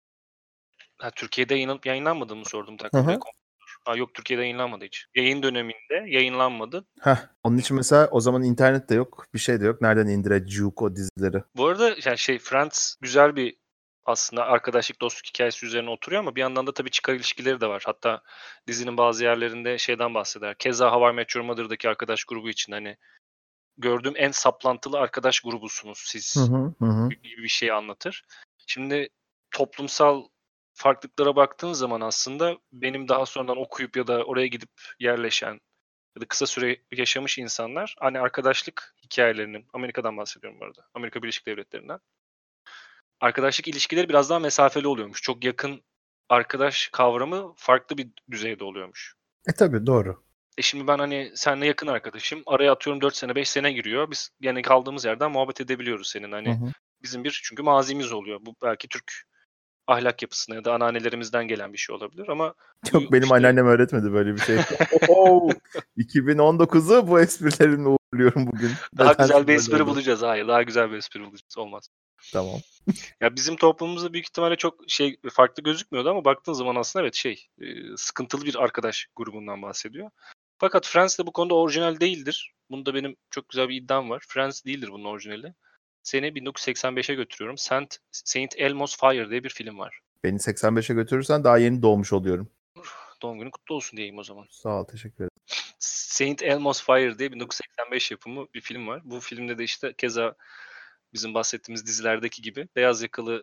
Ha, Türkiye'de yayınlanıp yayınlanmadığını sordum Hı takvimde. hı. Ha, yok Türkiye'de yayınlanmadı hiç. Yayın döneminde yayınlanmadı. Heh, onun için mesela o zaman internet de yok, bir şey de yok. Nereden indireceğiz o dizileri? Bu arada yani şey Friends güzel bir aslında arkadaşlık dostluk hikayesi üzerine oturuyor ama bir yandan da tabii çıkar ilişkileri de var. Hatta dizinin bazı yerlerinde şeyden bahseder. Keza How I Met Your Mother'daki arkadaş grubu için hani gördüğüm en saplantılı arkadaş grubusunuz Hı siz hı hı. hı. gibi bir şey anlatır. Şimdi toplumsal farklılıklara baktığın zaman aslında benim daha sonradan okuyup ya da oraya gidip yerleşen ya da kısa süre yaşamış insanlar hani arkadaşlık hikayelerinin, Amerika'dan bahsediyorum bu arada. Amerika Birleşik Devletleri'nden. Arkadaşlık ilişkileri biraz daha mesafeli oluyormuş. Çok yakın arkadaş kavramı farklı bir düzeyde oluyormuş. E tabii, doğru. E şimdi ben hani seninle yakın arkadaşım. Araya atıyorum dört sene beş sene giriyor. Biz yani kaldığımız yerden muhabbet edebiliyoruz senin. Hı Hani hı. bizim bir çünkü mazimiz oluyor. Bu belki Türk ahlak yapısına ya da anneannelerimizden gelen bir şey olabilir ama bu Yok, benim işte anneannem öğretmedi böyle bir şey. Oho! iki bin on dokuzu bu esprilerimle uğurluyorum bugün. daha Nedense güzel bir böyle espri oldu. bulacağız. Hayır, daha güzel bir espri bulacağız. Olmaz. Tamam. Ya bizim toplumumuzda büyük ihtimalle çok şey farklı gözükmüyordu ama baktığın zaman aslında evet şey e, sıkıntılı bir arkadaş grubundan bahsediyor. Fakat Friends de bu konuda orijinal değildir. Bunda benim çok güzel bir iddiam var. Friends değildir bunun orijinali. Seni bin dokuz yüz seksen beşe götürüyorum. Saint, Saint Elmo's Fire diye bir film var. Beni seksen beşe götürürsen daha yeni doğmuş oluyorum. Doğum günün kutlu olsun diyeyim o zaman. Sağ ol, teşekkür ederim. Saint Elmo's Fire diye bin dokuz yüz seksen beş yapımı bir film var. Bu filmde de işte keza bizim bahsettiğimiz dizilerdeki gibi beyaz yakalı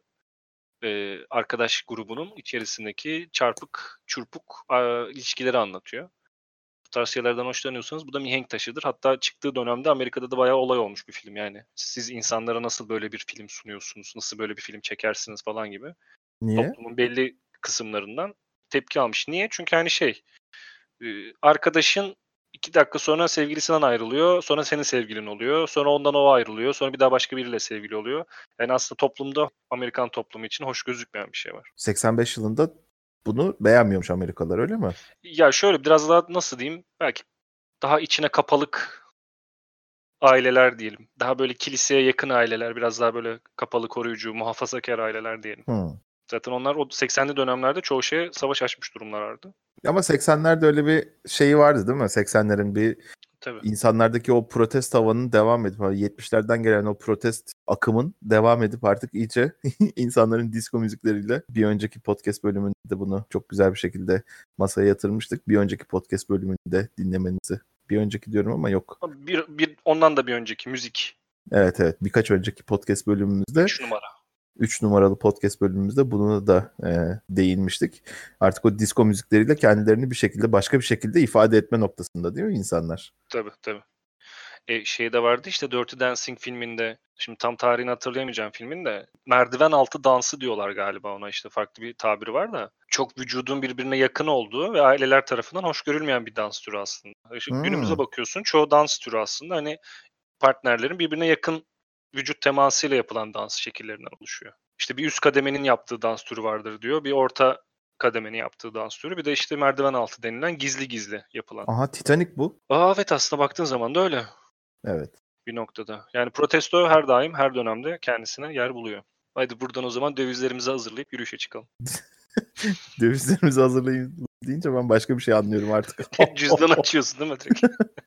e, arkadaş grubunun içerisindeki çarpık, çurpuk a, ilişkileri anlatıyor. Bu tarz şeylerden hoşlanıyorsanız bu da mihenk taşıdır. Hatta çıktığı dönemde Amerika'da da bayağı olay olmuş bir film yani. Siz insanlara nasıl böyle bir film sunuyorsunuz, nasıl böyle bir film çekersiniz falan gibi. Niye? Toplumun belli kısımlarından tepki almış. Niye? Çünkü hani şey, e, arkadaşın iki dakika sonra sevgilisinden ayrılıyor. Sonra senin sevgilin oluyor. Sonra ondan o ayrılıyor. Sonra bir daha başka biriyle sevgili oluyor. Yani aslında toplumda, Amerikan toplumu için hoş gözükmeyen bir şey var. seksen beş yılında Bunu beğenmiyormuş Amerikalılar, öyle mi? Ya şöyle biraz daha nasıl diyeyim? Belki daha içine kapalık aileler diyelim. Daha böyle kiliseye yakın aileler, biraz daha böyle kapalı, koruyucu, muhafazakar aileler diyelim. Hmm. Zaten onlar o seksenli dönemlerde çoğu şeye savaş açmış durumlardı. Ama seksenlerde öyle bir şey vardı değil mi? seksenlerin bir Tabii. insanlardaki o protest havanın devam edip yetmişlerden gelen o protest akımın devam edip artık iyice insanların disco müzikleriyle, bir önceki podcast bölümünde bunu çok güzel bir şekilde masaya yatırmıştık. Bir önceki podcast bölümünde dinlemenizi. Bir önceki diyorum ama yok. Bir, bir ondan da bir önceki müzik. Evet evet, birkaç önceki podcast bölümümüzde üç numara. üç numaralı podcast bölümümüzde bunu da e, değinmiştik. Artık o disco müzikleriyle kendilerini bir şekilde, başka bir şekilde ifade etme noktasında değil mi insanlar? Tabii tabii. E, şey de vardı işte Dirty Dancing filminde. Şimdi tam tarihini hatırlayamayacağım filmin de. Merdiven altı dansı diyorlar galiba ona, işte farklı bir tabiri var da. Çok vücudun birbirine yakın olduğu ve aileler tarafından hoş görülmeyen bir dans türü aslında. Şimdi günümüze Hmm. bakıyorsun, çoğu dans türü aslında hani partnerlerin birbirine yakın vücut temasıyla yapılan dans şekillerinden oluşuyor. İşte bir üst kademenin yaptığı dans türü vardır diyor. Bir orta kademenin yaptığı dans türü. Bir de işte merdiven altı denilen gizli gizli yapılan. Aha, Titanic bu. Aa evet, aslında baktığın zaman da öyle. Evet. Bir noktada. Yani protesto her daim, her dönemde kendisine yer buluyor. Haydi buradan o zaman dövizlerimizi hazırlayıp yürüyüşe çıkalım. Dövizlerimizi hazırlayın deyince ben başka bir şey anlıyorum artık. Cüzdan açıyorsun değil mi direkt?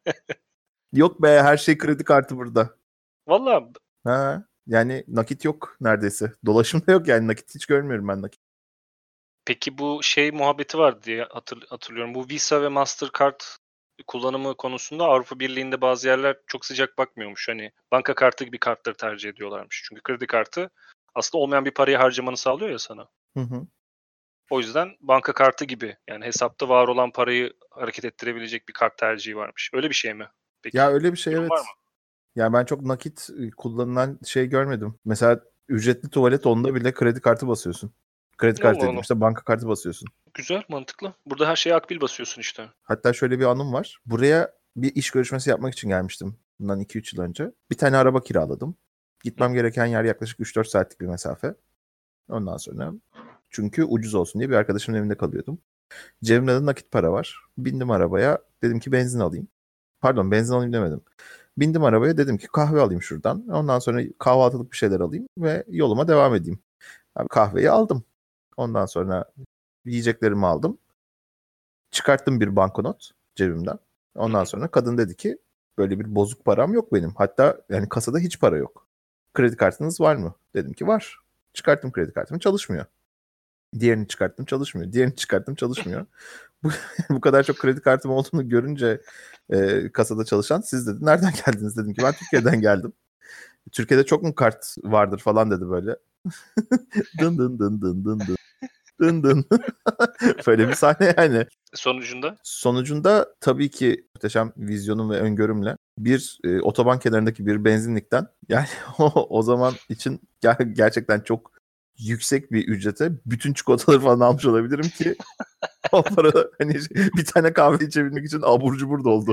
Yok be, her şey kredi kartı burada. Valla Ha, yani nakit yok neredeyse. Dolaşımda yok yani, nakit hiç görmüyorum ben nakit. peki bu şey muhabbeti var diye hatır, hatırlıyorum. Bu Visa ve Mastercard kullanımı konusunda Avrupa Birliği'nde bazı yerler çok sıcak bakmıyormuş. Hani banka kartı gibi kartları tercih ediyorlarmış. Çünkü kredi kartı aslında olmayan bir parayı harcamanı sağlıyor ya sana. Hı hı. O yüzden banka kartı gibi, yani hesapta var olan parayı hareket ettirebilecek bir kart tercihi varmış. Öyle bir şey mi? Peki. Ya öyle bir şey, Durum var evet. mı? Yani ben çok nakit e, kullanılan şey görmedim. Mesela ücretli tuvalet, onda bile kredi kartı basıyorsun. Kredi kartı Allah dediğim Allah. işte banka kartı basıyorsun. Güzel, mantıklı. Burada her şeye akbil basıyorsun işte. Hatta şöyle bir anım var. Buraya bir iş görüşmesi yapmak için gelmiştim. Bundan iki üç yıl önce. Bir tane araba kiraladım. Gitmem gereken yer yaklaşık üç dört saatlik bir mesafe. Ondan sonra, çünkü ucuz olsun diye, bir arkadaşımın evinde kalıyordum. Cebimde de nakit para var. Bindim arabaya. Dedim ki benzin alayım. Pardon, benzin alayım demedim. Bindim arabaya, dedim ki kahve alayım şuradan. Ondan sonra kahvaltılık bir şeyler alayım ve yoluma devam edeyim. Abi, kahveyi aldım. Ondan sonra yiyeceklerimi aldım. Çıkarttım bir banknot cebimden. Ondan sonra kadın dedi ki böyle bir bozuk param yok benim. Hatta yani kasada hiç para yok. Kredi kartınız var mı? Dedim ki var. Çıkarttım kredi kartımı, çalışmıyor. Diğerini çıkarttım, çalışmıyor. Diğerini çıkarttım, çalışmıyor. Bu, bu kadar çok kredi kartım olduğunu görünce e, kasada çalışan, siz dedi nereden geldiniz, dedim ki ben Türkiye'den geldim. Türkiye'de çok mu kart vardır falan dedi böyle. Dın dın dın dın dın dın. Dın dın. Böyle bir sahne yani. Sonucunda? Sonucunda tabii ki muhteşem vizyonum ve öngörümle bir e, otoban kenarındaki bir benzinlikten, yani o, o zaman için ger- gerçekten çok yüksek bir ücrete bütün çikolataları falan almış olabilirim ki o parada hani bir tane kahve içebilmek için abur cubur doldu.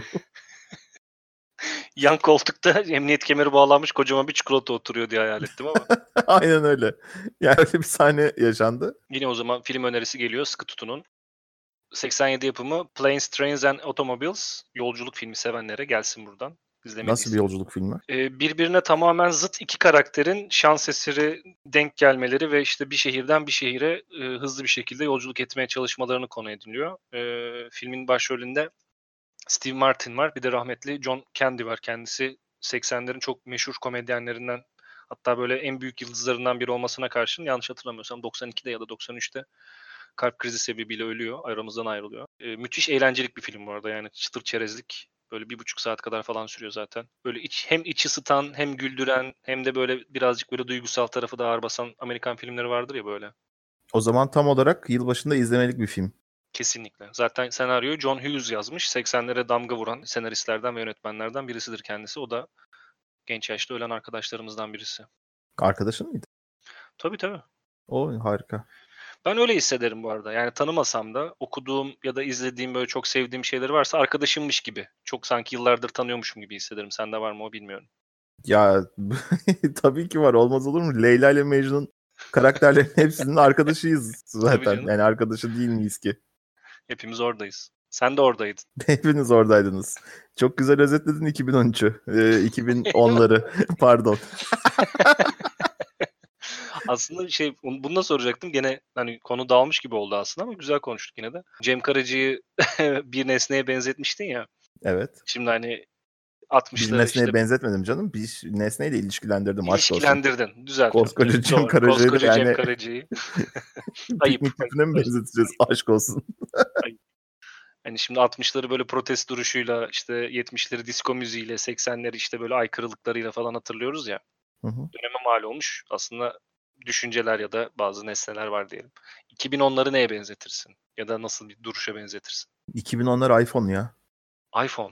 Yan koltukta emniyet kemeri bağlanmış kocaman bir çikolata oturuyor diye hayal ettim ama. Aynen öyle. Yani öyle bir sahne yaşandı. Yine o zaman film önerisi geliyor, sıkı tutunun. seksen yedi yapımı Planes, Trains and Automobiles, yolculuk filmi sevenlere gelsin buradan. Nasıl bir İzlemediyse. yolculuk filmi? Ee, birbirine tamamen zıt iki karakterin şans eseri denk gelmeleri ve işte bir şehirden bir şehire e, hızlı bir şekilde yolculuk etmeye çalışmalarını konu ediliyor. Ee, filmin başrolünde Steve Martin var. Bir de rahmetli John Candy var. Kendisi seksenlerin çok meşhur komedyenlerinden, hatta böyle en büyük yıldızlarından biri olmasına karşın, yanlış hatırlamıyorsam doksan ikide ya da doksan üçte kalp krizi sebebiyle ölüyor. Aramızdan ayrılıyor. Ee, müthiş eğlencelik bir film bu arada. Yani çıtır çerezlik. Böyle bir buçuk saat kadar falan sürüyor zaten. Böyle iç, hem iç ısıtan, hem güldüren, hem de böyle birazcık böyle duygusal tarafı da ağır basan Amerikan filmleri vardır ya böyle. O zaman tam olarak yılbaşında izlemelik bir film. Kesinlikle. Zaten senaryoyu John Hughes yazmış. seksenlere damga vuran senaristlerden ve yönetmenlerden birisidir kendisi. O da genç yaşta ölen arkadaşlarımızdan birisi. Arkadaşın mıydı? Tabii tabii. O harika. Ben öyle hissederim bu arada. Yani tanımasam da okuduğum ya da izlediğim böyle çok sevdiğim şeyleri varsa arkadaşımmış gibi. Çok sanki yıllardır tanıyormuşum gibi hissederim. Sende var mı o bilmiyorum. Ya tabii ki var, olmaz olur mu? Leyla ile Mecnun Karakterlerin hepsinin arkadaşıyız Tabii zaten. canım. Yani arkadaşı değil miyiz ki? Hepimiz oradayız. Sen de oradaydın. Hepiniz oradaydınız. Çok güzel özetledin iki bin on üçü. Ee, iki bin onları. Pardon. Aslında şey bunu da soracaktım. Gene hani konu dağılmış gibi oldu aslında ama güzel konuştuk yine de. Cem Karaca'yı bir nesneye benzetmiştin ya. Evet. Şimdi hani Bir altmışta nesneye işte benzetmedim canım. Bir nesneyle ilişkilendirdim. Aşk olsun. ilişkilendirdin. Düzeltiyorum. Koskoca Tabii, Cem doğru. Karaca'yı da Koskoca Cem yani Karaca'yı. Ayıp. piknik tüpüne mi Ayıp. benzeteceğiz? Aşk olsun. Ayıp. Hani şimdi altmışları böyle protest duruşuyla, işte yetmişleri disco müziğiyle, seksenleri işte böyle aykırılıklarıyla falan hatırlıyoruz ya. Hı hı. Döneme mal olmuş aslında düşünceler ya da bazı nesneler var diyelim. iki bin onları neye benzetirsin? Ya da nasıl bir duruşa benzetirsin? iki bin onlar iPhone ya. iPhone.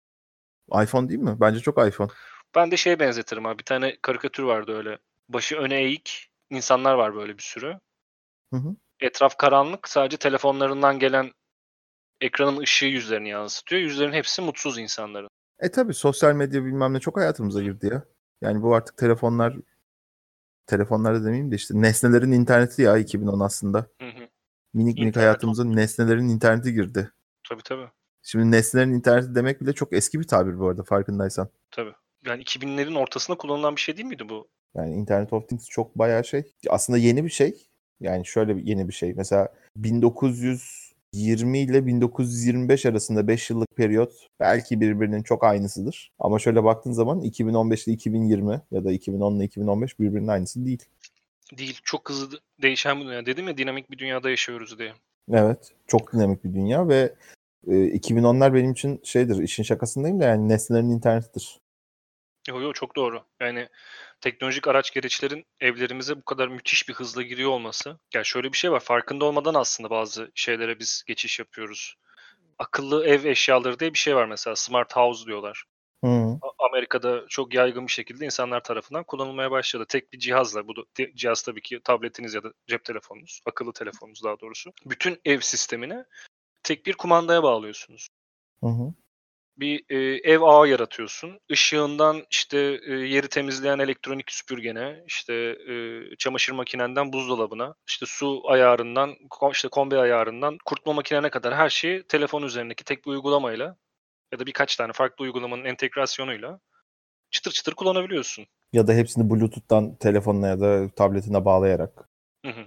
iPhone değil mi? Bence çok iPhone. Ben de şeye benzetirim abi. Bir tane karikatür vardı öyle. Başı öne eğik insanlar var böyle bir sürü. Hı hı. Etraf karanlık. Sadece telefonlarından gelen ekranın ışığı yüzlerini yansıtıyor. Yüzlerin hepsi mutsuz insanların. E tabii sosyal medya bilmem ne çok hayatımıza girdi ya. Yani bu artık telefonlar telefonlarda demeyeyim de işte nesnelerin interneti ya iki bin on aslında. Hı hı. Minik minik İnternet hayatımıza nesnelerin interneti girdi. Tabii tabii. Şimdi nesnelerin interneti demek bile çok eski bir tabir bu arada farkındaysan. Tabii. Yani iki binlerin ortasında kullanılan bir şey değil miydi bu? Yani Internet of Things çok bayağı şey. Aslında yeni bir şey. Yani şöyle bir yeni bir şey. Mesela bin dokuz yüz yirmi ile bin dokuz yüz yirmi beş arasında beş yıllık periyot belki birbirinin çok aynısıdır. Ama şöyle baktığın zaman iki bin on beş ile iki bin yirmi ya da iki bin on ile iki bin on beş birbirinin aynısı değil. Değil. Çok hızlı değişen bir dünya. Dedim ya dinamik bir dünyada yaşıyoruz diye. Evet. Çok dinamik bir dünya ve e, iki bin onlar benim için şeydir. İşin şakasındayım da yani nesnelerin internetidir. Yo yo çok doğru. Yani teknolojik araç gereçlerin evlerimize bu kadar müthiş bir hızla giriyor olması. Ya şöyle bir şey var. Farkında olmadan aslında bazı şeylere biz geçiş yapıyoruz. Akıllı ev eşyaları diye bir şey var mesela. Smart house diyorlar. Hı. A- Amerika'da çok yaygın bir şekilde insanlar tarafından kullanılmaya başladı. Tek bir cihazla, bu da te- cihaz tabii ki tabletiniz ya da cep telefonunuz, akıllı telefonunuz daha doğrusu. Bütün ev sistemini tek bir kumandaya bağlıyorsunuz. Hı hı. Bir e, ev ağı yaratıyorsun. Işığından işte e, yeri temizleyen elektronik süpürgene, işte e, çamaşır makinenden buzdolabına, işte su ayarından, ko- işte kombi ayarından kurutma makinene kadar her şeyi telefon üzerindeki tek bir uygulamayla ya da birkaç tane farklı uygulamanın entegrasyonuyla çıtır çıtır kullanabiliyorsun. Ya da hepsini Bluetooth'tan telefonuna ya da tabletine bağlayarak. Hı hı.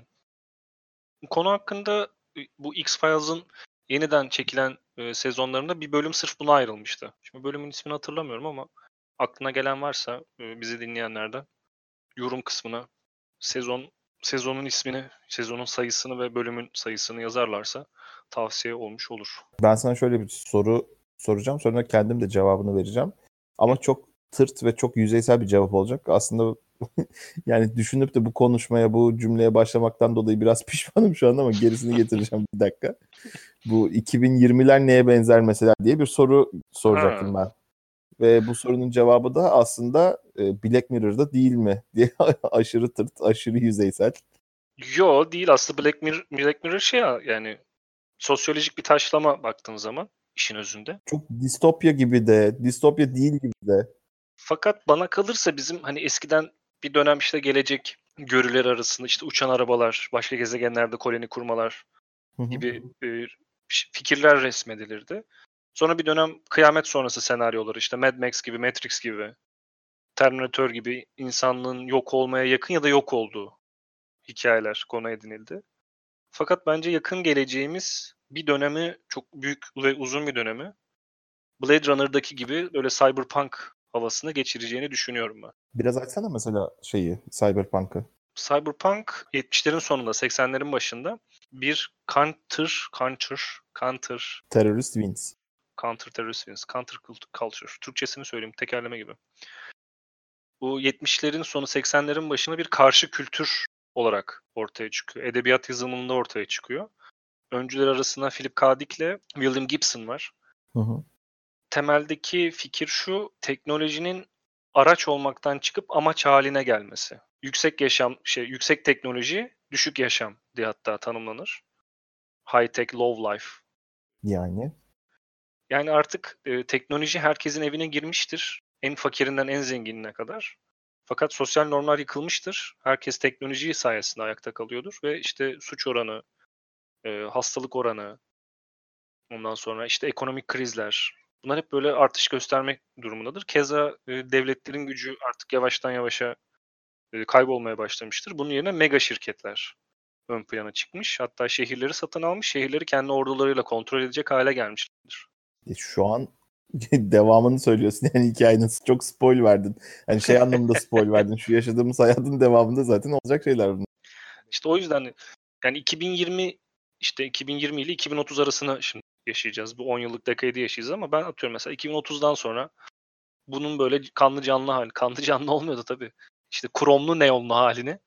Bu konu hakkında e, bu X-Files'ın yeniden çekilen e, sezonlarında bir bölüm sırf buna ayrılmıştı. Şimdi bölümün ismini hatırlamıyorum ama aklına gelen varsa e, bizi dinleyenlerden yorum kısmına sezon sezonun ismini, sezonun sayısını ve bölümün sayısını yazarlarsa tavsiye olmuş olur. Ben sana şöyle bir soru soracağım. Sonra kendim de cevabını vereceğim. Hı. Ama çok tırt ve çok yüzeysel bir cevap olacak. Aslında yani düşünüp de bu konuşmaya, bu cümleye başlamaktan dolayı biraz pişmanım şu an ama gerisini getireceğim bir dakika. Bu iki bin yirmiler neye benzer mesela diye bir soru soracaktım Ha. ben. Ve bu sorunun cevabı da aslında e, Black Mirror'da değil mi diye aşırı tırt, aşırı yüzeysel. Yo değil aslında Black Mirror, Black Mirror şey ya yani sosyolojik bir taşlama baktığın zaman işin özünde. Çok distopya gibi de, distopya değil gibi de. Fakat bana kalırsa bizim hani eskiden bir dönem işte gelecek görüleri arasında işte uçan arabalar, başka gezegenlerde koloni kurmalar Hı hı. gibi e, fikirler resmedilirdi. Sonra bir dönem kıyamet sonrası senaryoları işte Mad Max gibi, Matrix gibi, Terminator gibi insanlığın yok olmaya yakın ya da yok olduğu hikayeler konu edinildi. Fakat bence yakın geleceğimiz bir dönemi, çok büyük ve uzun bir dönemi Blade Runner'daki gibi böyle cyberpunk havasını geçireceğini düşünüyorum ben. Biraz açsana mesela şeyi, Cyberpunk'ı. Cyberpunk yetmişlerin sonunda, seksenlerin başında bir counter, counter, counter, Terrorist Wings. counter terrorism, counter culture. Türkçesini söyleyeyim, tekerleme gibi. Bu yetmişlerin sonu seksenlerin başında bir karşı kültür olarak ortaya çıkıyor. Edebiyat yazımında ortaya çıkıyor. Öncüler arasında Philip K. Dick ile William Gibson var. Hı hı. Temeldeki fikir şu, teknolojinin araç olmaktan çıkıp amaç haline gelmesi. Yüksek yaşam, şey, yüksek teknoloji, düşük yaşam diye hatta tanımlanır. High tech, low life. Yani. Yani artık e, teknoloji herkesin evine girmiştir. En fakirinden en zenginine kadar. Fakat sosyal normlar yıkılmıştır. Herkes teknoloji sayesinde ayakta kalıyordur ve işte suç oranı, eee, hastalık oranı, ondan sonra işte ekonomik krizler, bunlar hep böyle artış göstermek durumundadır. Keza, eee, devletlerin gücü artık yavaştan yavaşa, eee, kaybolmaya başlamıştır. Bunun yerine mega şirketler ön plana çıkmış. Hatta şehirleri satın almış, şehirleri kendi ordularıyla kontrol edecek hâle gelmişlerdir. E, şu an devamını söylüyorsun yani hikâyenin. Çok spoil verdin. Hani şey anlamında spoil verdin. Şu yaşadığımız hayatın devamında zaten olacak şeyler bunlar. İşte o yüzden yani iki bin yirmi işte iki bin yirmi ile iki bin otuz arasını şimdi yaşayacağız. Bu on yıllık dekade'i yaşayacağız ama ben atıyorum mesela iki bin otuzdan sonra bunun böyle kanlı canlı hâli, kanlı canlı olmuyor da tabii. İşte kromlu neonlu hâlini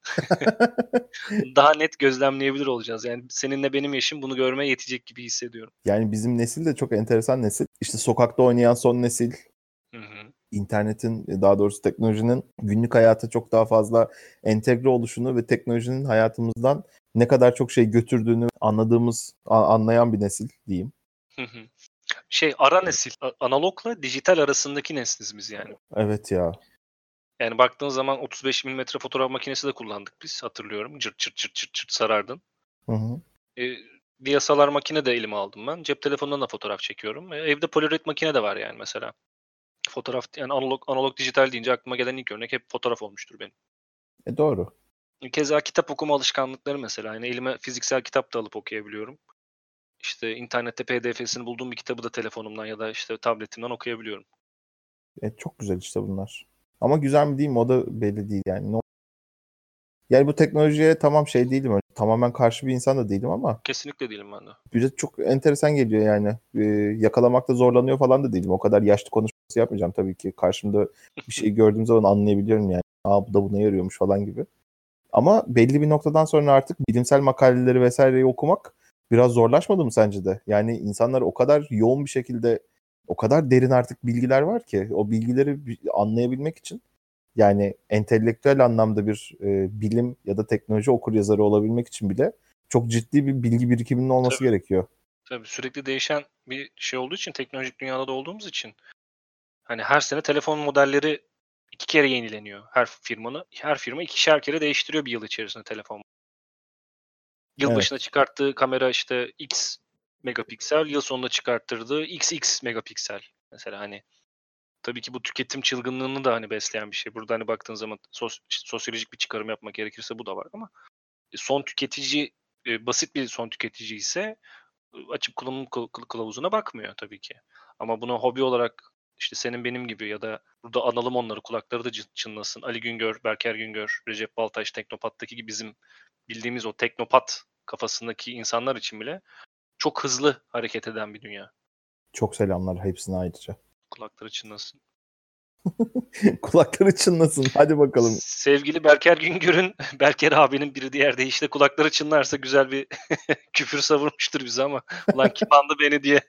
daha net gözlemleyebilir olacağız. Yani seninle benim yaşım bunu görmeye yetecek gibi hissediyorum. Yani bizim nesil de çok enteresan nesil. İşte sokakta oynayan son nesil. Hı hı. İnternetin, daha doğrusu teknolojinin günlük hayata çok daha fazla entegre oluşunu ve teknolojinin hayatımızdan ne kadar çok şey götürdüğünü anladığımız, a- anlayan bir nesil diyeyim. Hı hı. Şey ara nesil, a- analogla dijital arasındaki nesliz biz yani. Evet ya. Yani baktığın zaman otuz beş milimetre fotoğraf makinesi de kullandık biz, hatırlıyorum. Cırt cırt cırt cırt cırt sarardın. Hı hı. E, D S L R makine de elime aldım ben. Cep telefonundan da fotoğraf çekiyorum. E, evde Polaroid makine de var yani mesela. Fotoğraf yani analog analog dijital deyince aklıma gelen ilk örnek hep fotoğraf olmuştur benim. E doğru. Keza kitap okuma alışkanlıkları mesela. Yani elime fiziksel kitap da alıp okuyabiliyorum. İşte internette P D F'sini bulduğum bir kitabı da telefonumdan ya da işte tabletimden okuyabiliyorum. E çok güzel işte bunlar. Ama güzel mi değil mi o da belli değil yani. No- Yani bu teknolojiye tamam şey değilim. Öyle tamamen karşı bir insan da değilim ama Kesinlikle değilim ben de. bir de çok enteresan geliyor yani. Ee, yakalamakta zorlanıyor falan da değilim. O kadar yaşlı konuşması yapmayacağım tabii ki. Karşımda bir şey gördüğüm zaman anlayabiliyorum yani. Aa bu da buna yarıyormuş falan gibi. Ama belli bir noktadan sonra artık bilimsel makaleleri vesaireyi okumak biraz zorlaşmadı mı sence de? Yani insanlar o kadar yoğun bir şekilde, o kadar derin artık bilgiler var ki o bilgileri bi- anlayabilmek için yani entelektüel anlamda bir e, bilim ya da teknoloji okuryazarı olabilmek için bile çok ciddi bir bilgi birikiminin olması Tabii, gerekiyor. tabii. Sürekli değişen bir şey olduğu için, teknolojik dünyada da olduğumuz için hani her sene telefon modelleri iki kere yenileniyor her firmanın. Her firma ikişer kere değiştiriyor bir yıl içerisinde telefon. Yılbaşında Evet. çıkarttığı kamera işte X megapiksel, yıl sonunda çıkarttırdığı X X megapiksel. Mesela hani tabii ki bu tüketim çılgınlığını da hani besleyen bir şey. Burada hani baktığın zaman sos, işte sosyolojik bir çıkarım yapmak gerekirse bu da var ama son tüketici e, basit bir son tüketici ise e, açıp kullanım kıl- kıl- kılavuzuna bakmıyor tabii ki. Ama bunu hobi olarak işte senin benim gibi ya da burada analım onları kulakları da cı- çınlasın. Ali Güngör, Berker Güngör, Recep Baltaş Teknopat'taki gibi bizim bildiğimiz o teknopat kafasındaki insanlar için bile çok hızlı hareket eden bir dünya. Çok selamlar hepsine ayrıca. Kulakları çınlasın. Kulakları çınlasın. Hadi bakalım. Sevgili Berker Güngör'ün, Berker abinin bir diğer deyişle kulakları çınlarsa güzel bir küfür savurmuştur bize ama ulan kim andı beni diye.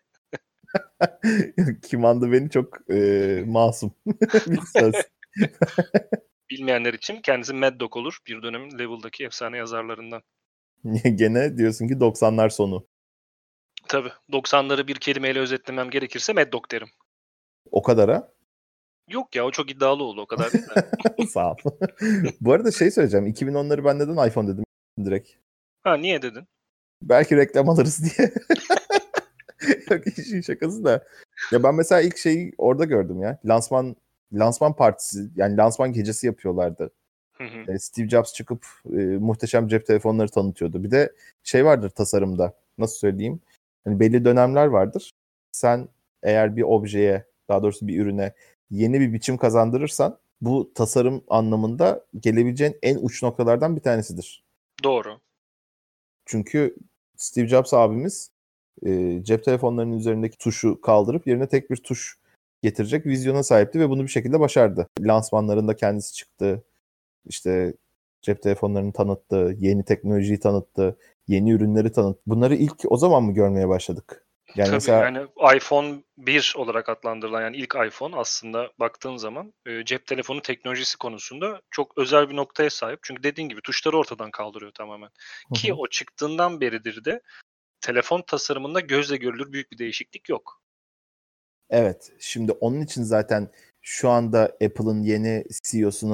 Kim andı beni çok e, masum bir söz. Bilmeyenler için kendisi Mad Dog olur. Bir dönemin Level'daki efsane yazarlarından. Gene diyorsun ki doksanlar sonu. Tabii doksanları bir kelimeyle özetlemem gerekirse Mad Dog derim. O kadara. Yok ya o çok iddialı oldu o kadar değil de. Sağ ol. Bu arada şey söyleyeceğim. iki bin onları ben neden iPhone dedim direkt? Ha niye dedin? Belki reklam alırız diye. Yok işin şakası da. Ya ben mesela ilk şeyi orada gördüm ya. Lansman lansman partisi yani lansman gecesi yapıyorlardı. Hı hı. E, Steve Jobs çıkıp e, muhteşem cep telefonları tanıtıyordu. Bir de şey vardır tasarımda. Nasıl söyleyeyim? Hani belli dönemler vardır. Sen eğer bir objeye, daha doğrusu bir ürüne yeni bir biçim kazandırırsan bu tasarım anlamında gelebileceğin en uç noktalardan bir tanesidir. Doğru. Çünkü Steve Jobs abimiz e, cep telefonlarının üzerindeki tuşu kaldırıp yerine tek bir tuş getirecek vizyona sahipti ve bunu bir şekilde başardı. Lansmanlarında kendisi çıktı. İşte cep telefonlarını tanıttı, yeni teknolojiyi tanıttı, yeni ürünleri tanıttı. Bunları ilk o zaman mı görmeye başladık? Yani Tabii mesela yani iPhone bir olarak adlandırılan yani ilk iPhone aslında baktığın zaman e, cep telefonu teknolojisi konusunda çok özel bir noktaya sahip. Çünkü dediğin gibi tuşları ortadan kaldırıyor tamamen. hı Ki hı. o çıktığından beridir de telefon tasarımında gözle görülür büyük bir değişiklik yok. Evet, şimdi onun için zaten şu anda Apple'ın yeni C E O'sunun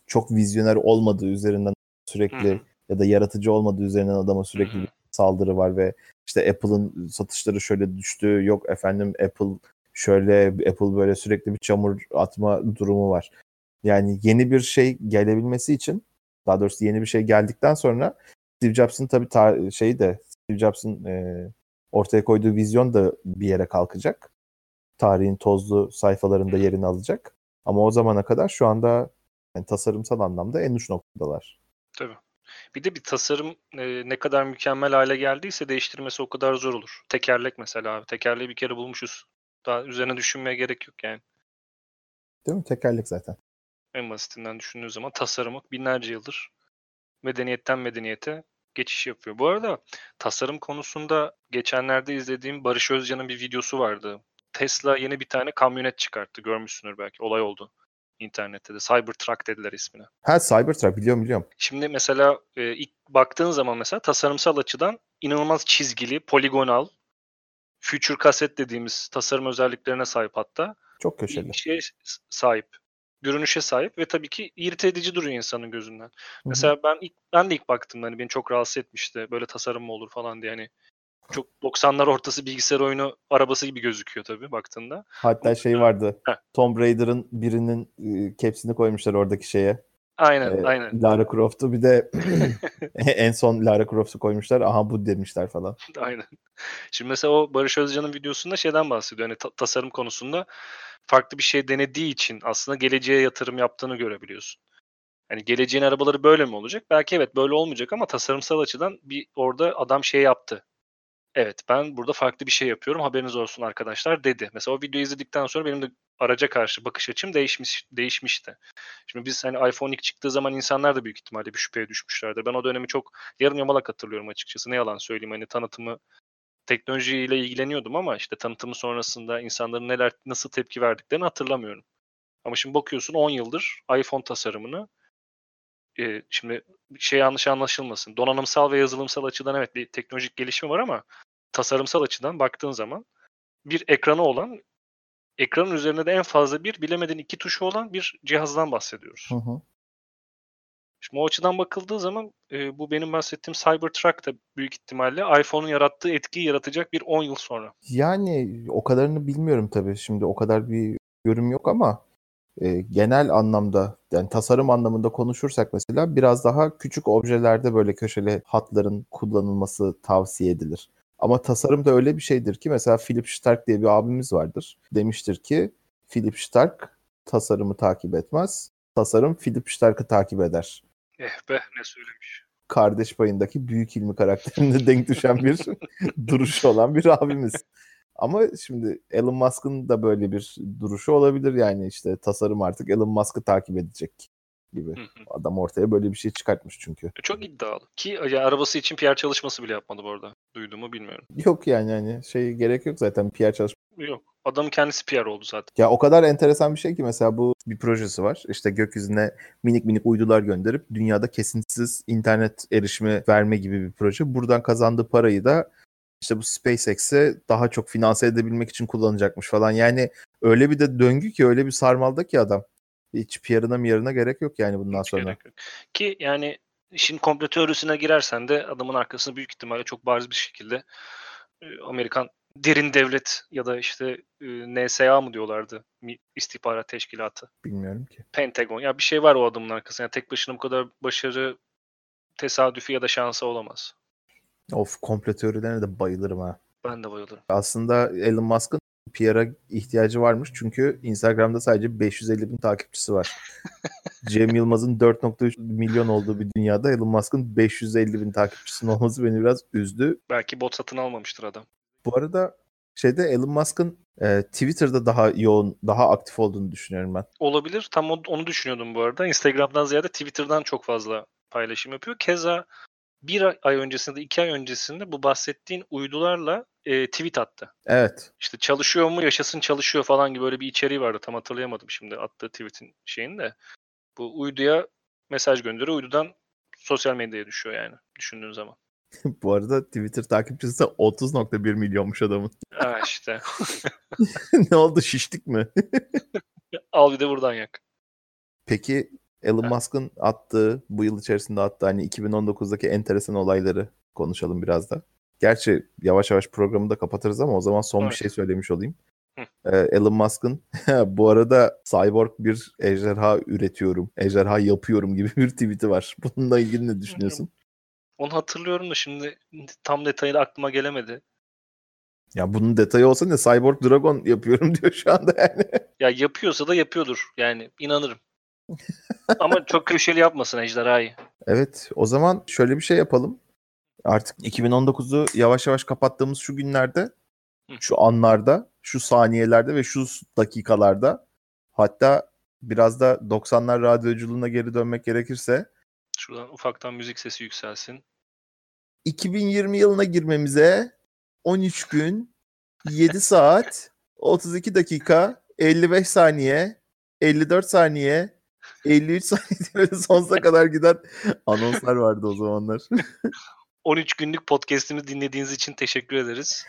çok vizyoner olmadığı üzerinden sürekli Hı-hı. ya da yaratıcı olmadığı üzerinden adama sürekli Hı-hı. bir saldırı var ve işte Apple'ın satışları şöyle düştü, yok efendim Apple şöyle, Apple böyle sürekli bir çamur atma durumu var. Yani yeni bir şey gelebilmesi için, daha doğrusu yeni bir şey geldikten sonra Steve Jobs'ın tabii tar- şeyi de Steve Jobs'ın e, ortaya koyduğu vizyon da bir yere kalkacak. Tarihin tozlu sayfalarında yerini alacak. Ama o zamana kadar şu anda yani tasarımsal anlamda en uç noktadalar. Tabii. Bir de bir tasarım e, ne kadar mükemmel hale geldiyse değiştirmesi o kadar zor olur. Tekerlek mesela abi. Tekerleği bir kere bulmuşuz. Daha üzerine düşünmeye gerek yok yani. Değil mi? Tekerlek zaten. En basitinden düşündüğü zaman tasarımı binlerce yıldır medeniyetten medeniyete geçiş yapıyor. Bu arada tasarım konusunda geçenlerde izlediğim Barış Özcan'ın bir videosu vardı. Tesla yeni bir tane kamyonet çıkarttı. Görmüşsündür belki. Olay oldu internette de. Cybertruck dediler ismine. Ha, Cybertruck biliyorum biliyorum. Şimdi mesela e, ilk baktığın zaman mesela tasarımsal açıdan inanılmaz çizgili, poligonal, future cassette dediğimiz tasarım özelliklerine sahip hatta. Çok Bir köşeli. şeye s- sahip. Görünüşe sahip ve tabii ki irite edici duruyor insanın gözünden. Hı hı. Mesela ben ilk ben de ilk baktığımda hani beni çok rahatsız etmişti. Böyle tasarım mı olur falan diye hani çok doksanlar ortası bilgisayar oyunu arabası gibi gözüküyor tabii baktığında. Hatta Ama, şey vardı. heh, Tomb Raider'ın birinin e, caps'ini koymuşlar oradaki şeye. aynen E, aynen. Lara Croft'u bir de en son Lara Croft'u koymuşlar. Aha bu demişler falan. Aynen. Şimdi mesela o Barış Özcan'ın videosunda şeyden bahsediyor. Hani ta- tasarım konusunda farklı bir şey denediği için aslında geleceğe yatırım yaptığını görebiliyorsun. Hani geleceğin arabaları böyle mi olacak? Belki evet böyle olmayacak ama tasarımsal açıdan bir orada adam şey yaptı. Evet ben burada farklı bir şey yapıyorum haberiniz olsun arkadaşlar dedi. Mesela o videoyu izledikten sonra benim de araca karşı bakış açım değişmiş değişmişti. Şimdi biz hani iPhone ilk çıktığı zaman insanlar da büyük ihtimalle bir şüpheye düşmüşlerdi. Ben o dönemi çok yarım yamalak hatırlıyorum açıkçası. Ne yalan söyleyeyim hani tanıtımı teknolojiyle ilgileniyordum ama işte tanıtımı sonrasında insanların neler nasıl tepki verdiklerini hatırlamıyorum. Ama şimdi bakıyorsun on yıldır iPhone tasarımını e, şimdi şey yanlış anlaşılmasın. Donanımsal ve yazılımsal açıdan evet bir teknolojik gelişme var ama tasarımsal açıdan baktığın zaman bir ekranı olan, ekranın üzerinde de en fazla bir bilemedin iki tuşu olan bir cihazdan bahsediyoruz. Hı hı. Şimdi o açıdan bakıldığı zaman e, bu benim bahsettiğim Cybertruck da büyük ihtimalle iPhone'un yarattığı etkiyi yaratacak bir on yıl sonra. Yani o kadarını bilmiyorum tabii. Şimdi o kadar bir yorum yok ama e, genel anlamda yani tasarım anlamında konuşursak mesela biraz daha küçük objelerde böyle köşeli hatların kullanılması tavsiye edilir. Ama tasarım da öyle bir şeydir ki mesela Philip Stark diye bir abimiz vardır. Demiştir ki Philip Stark tasarımı takip etmez. Tasarım Philip Stark'ı takip eder. Eh be ne söylemiş. Kardeş payındaki büyük ilmi karakterine denk düşen bir duruşu olan bir abimiz. Ama şimdi Elon Musk'ın da böyle bir duruşu olabilir yani işte tasarım artık Elon Musk'ı takip edecek gibi. Hı hı. Adam ortaya böyle bir şey çıkartmış çünkü. Çok iddialı. Ki ya, arabası için P R çalışması bile yapmadı bu arada. Duyduğumu bilmiyorum. Yok yani hani şey gerek yok zaten P R çalışması. Yok. Adamın kendisi P R oldu zaten. Ya o kadar enteresan bir şey ki mesela bu bir projesi var. İşte gökyüzüne minik minik uydular gönderip dünyada kesintisiz internet erişimi verme gibi bir proje. Buradan kazandığı parayı da işte bu SpaceX'e daha çok finanse edebilmek için kullanacakmış falan. Yani öyle bir de döngü ki öyle bir sarmalda ki adam. Hiç P R'ına mi yarına gerek yok yani bundan Hiç sonra. gerek yok. Ki yani işin komplo teorisine girersen de adamın arkasında büyük ihtimalle çok bariz bir şekilde e, Amerikan derin devlet ya da işte e, N S A mı diyorlardı? Mi- İstihbarat Teşkilatı. Bilmiyorum ki. Pentagon. Ya bir şey var o adamın arkasında. Yani tek başına bu kadar başarı tesadüfi ya da şansı olamaz. Of, komplo teorilerine de bayılırım ha. Ben de bayılırım. Aslında Elon Musk'ın P R'a ihtiyacı varmış çünkü Instagram'da sadece beş yüz elli bin takipçisi var. Cem Yılmaz'ın dört nokta üç milyon olduğu bir dünyada Elon Musk'ın beş yüz elli bin takipçisinin olması beni biraz üzdü. Belki bot satın almamıştır adam. Bu arada şeyde Elon Musk'ın e, Twitter'da daha yoğun, daha aktif olduğunu düşünüyorum ben. Olabilir. Tam o- onu düşünüyordum bu arada. Instagram'dan ziyade Twitter'dan çok fazla paylaşım yapıyor. Keza bir ay ay öncesinde, iki ay öncesinde bu bahsettiğin uydularla e, tweet attı. Evet. İşte çalışıyor mu, yaşasın çalışıyor falan gibi böyle bir içeriği vardı. Tam hatırlayamadım şimdi attığı tweet'in şeyini de. Bu uyduya mesaj gönderiyor. Uydudan sosyal medyaya düşüyor yani düşündüğün zaman. Bu arada Twitter takipçisi otuz nokta bir milyonmuş adamın. Ha işte. Ne oldu, şiştik mi? Al bir de buradan yak. Peki Elon Musk'ın attığı, bu yıl içerisinde attığı hani iki bin on dokuzdaki enteresan olayları konuşalım biraz da. Gerçi yavaş yavaş programı da kapatırız ama o zaman son Evet. bir şey söylemiş olayım. Hı. Ee, Elon Musk'ın bu arada cyborg bir ejderha üretiyorum, ejderha yapıyorum gibi bir tweet'i var. Bununla ilgili ne düşünüyorsun? Onu hatırlıyorum da şimdi tam detaylı aklıma gelemedi. Ya bunun detayı olsa ne? Cyborg Dragon yapıyorum diyor şu anda yani. Ya yapıyorsa da yapıyordur. Yani inanırım. Ama çok köşeli yapmasın ejderhayı. Evet, o zaman şöyle bir şey yapalım. Artık iki bin on dokuzu yavaş yavaş kapattığımız şu günlerde, Hı. şu anlarda, şu saniyelerde ve şu dakikalarda, hatta biraz da doksanlar radyoculuğuna geri dönmek gerekirse Şuradan ufaktan müzik sesi yükselsin. iki bin yirmi yılına girmemize on üç gün, yedi saat, otuz iki dakika, elli beş saniye, elli dört saniye, elli üç saniye böyle sonsuza kadar giden anonslar vardı o zamanlar. on üç günlük podcast'imizi dinlediğiniz için teşekkür ederiz.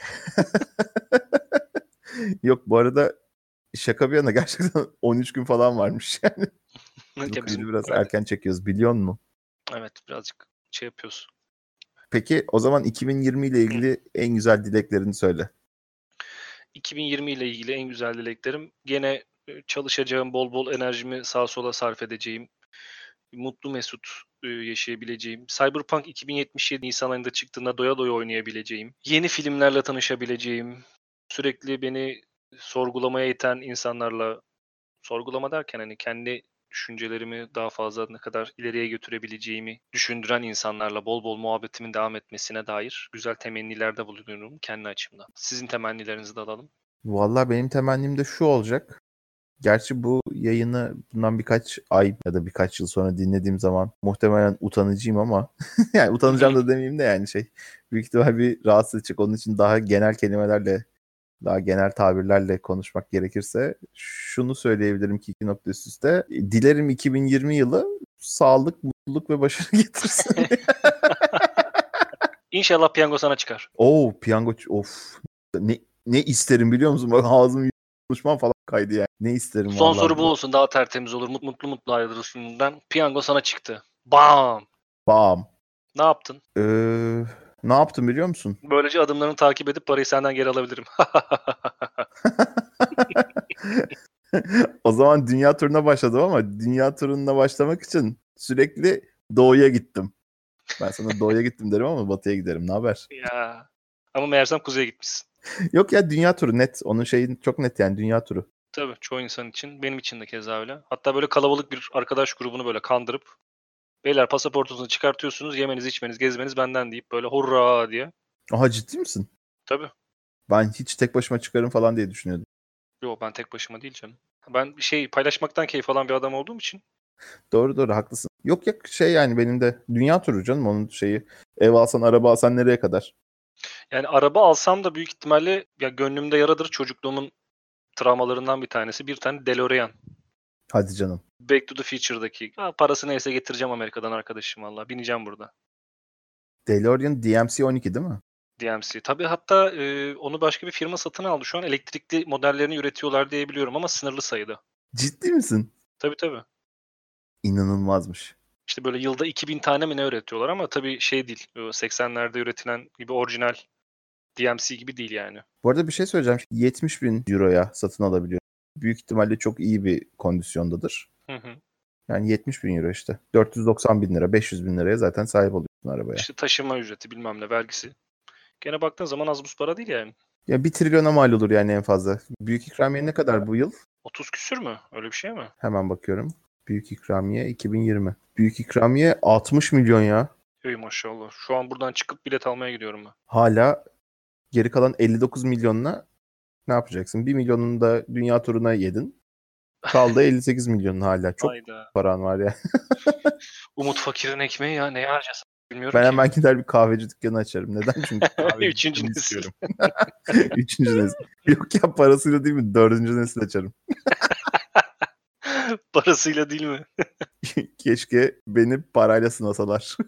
Yok bu arada şaka bir yana gerçekten on üç gün falan varmış yani. Bu Ya bizim, kaydı biraz evet, erken çekiyoruz biliyor musun? evet birazcık şey yapıyoruz. Peki o zaman iki bin yirmi ile ilgili en güzel dileklerini söyle. iki bin yirmi ile ilgili en güzel dileklerim gene e, çalışacağım, bol bol enerjimi sağa sola sarf edeceğim. Mutlu mesut e, yaşayabileceğim. Cyberpunk iki bin yetmiş yedi Nisan ayında çıktığında doya doya oynayabileceğim. Yeni filmlerle tanışabileceğim. Sürekli beni sorgulamaya iten insanlarla, sorgulama derken hani kendi düşüncelerimi daha fazla ne kadar ileriye götürebileceğimi düşündüren insanlarla bol bol muhabbetimin devam etmesine dair güzel temennilerde bulunuyorum kendi açımdan. Sizin temennilerinizi de alalım. Vallahi benim temennim de şu olacak. Gerçi bu yayını bundan birkaç ay ya da birkaç yıl sonra dinlediğim zaman muhtemelen utanacağım ama yani utanacağım da demeyeyim de yani şey büyük ihtimal bir rahatsız edecek. Onun için daha genel kelimelerle, daha genel tabirlerle konuşmak gerekirse şunu söyleyebilirim ki iki nokta üst üste. Dilerim iki bin yirmi yılı sağlık, mutluluk ve başarı getirsin. İnşallah piyango sana çıkar. Oo piyango of ne ne isterim biliyor musun? Bak ağzım konuşmam falan kaydı yani. Ne isterim Son vallahi. soru bu olsun, daha tertemiz olur. Mutlu mutlu, mutlu ayrılırız şimdiden. Piyango sana çıktı. Bam! Bam. Ne yaptın? Ee, ne yaptım biliyor musun? Böylece adımlarını takip edip parayı senden geri alabilirim. O zaman dünya turuna başladım ama dünya turuna başlamak için sürekli doğuya gittim. Ben sana doğuya gittim derim ama batıya giderim. Ne haber? Ya. Ama meğersem kuzeye gitmişsin. Yok ya dünya turu net. Onun şeyi çok net yani dünya turu. Tabii çoğu insan için. Benim için de keza öyle. Hatta böyle kalabalık bir arkadaş grubunu böyle kandırıp beyler pasaportunuzu çıkartıyorsunuz, yemeniz, içmeniz, gezmeniz benden deyip böyle hurra diye. Aha ciddi misin? Tabii. Ben hiç tek başıma çıkarım falan diye düşünüyordum. Yok ben tek başıma değil canım. Ben bir şey paylaşmaktan keyif alan bir adam olduğum için. Doğru doğru haklısın. Yok ya şey yani benim de dünya turu canım onun şeyi. Ev alsan araba alsan nereye kadar? Yani araba alsam da büyük ihtimalle ya gönlümde yaradır, çocukluğumun travmalarından bir tanesi. Bir tane DeLorean. Hadi canım. Back to the Future'daki. Ha, parası neyse getireceğim Amerika'dan arkadaşım valla. Bineceğim burada. DeLorean D M C on iki değil mi? D M C. Tabii hatta e, onu başka bir firma satın aldı. Şu an elektrikli modellerini üretiyorlar diye biliyorum ama sınırlı sayıda. Ciddi misin? Tabii tabii. İnanılmazmış. İşte böyle yılda iki bin tane mi ne üretiyorlar ama tabii şey değil. seksenlerde üretilen gibi orijinal D M C gibi değil yani. Bu arada bir şey söyleyeceğim. yetmiş bin euroya satın alabiliyor. Büyük ihtimalle çok iyi bir kondisyondadır. Hı hı. Yani yetmiş bin euro işte. dört yüz doksan bin lira, beş yüz bin liraya zaten sahip oluyorsun arabaya. İşte taşıma ücreti bilmem ne vergisi. Gene baktığın zaman az buz para değil yani. Ya bir trilyona mal olur yani en fazla. Büyük ikramiye ne kadar bu yıl? otuz küsür mü? Öyle bir şey mi? Hemen bakıyorum. Büyük ikramiye iki bin yirmi. Büyük ikramiye altmış milyon ya. Ey maşallah. Şu an buradan çıkıp bilet almaya gidiyorum ben. Hala geri kalan elli dokuz milyonla ne yapacaksın? bir milyonunu da dünya turuna yedin. Kaldı elli sekiz milyon hala. Çok Hayda. paran var ya. Umut fakirin ekmeği ya. Neye harcasın bilmiyorum Ben ki. hemen gider bir kahveci dükkanı açarım. Neden? Çünkü kahveci Üçüncü dükkanı nesil. istiyorum. Üçüncü nesil. Yok ya parasıyla değil mi? Dördüncü nesil açarım. Parasıyla değil mi? Keşke beni parayla sınasalar.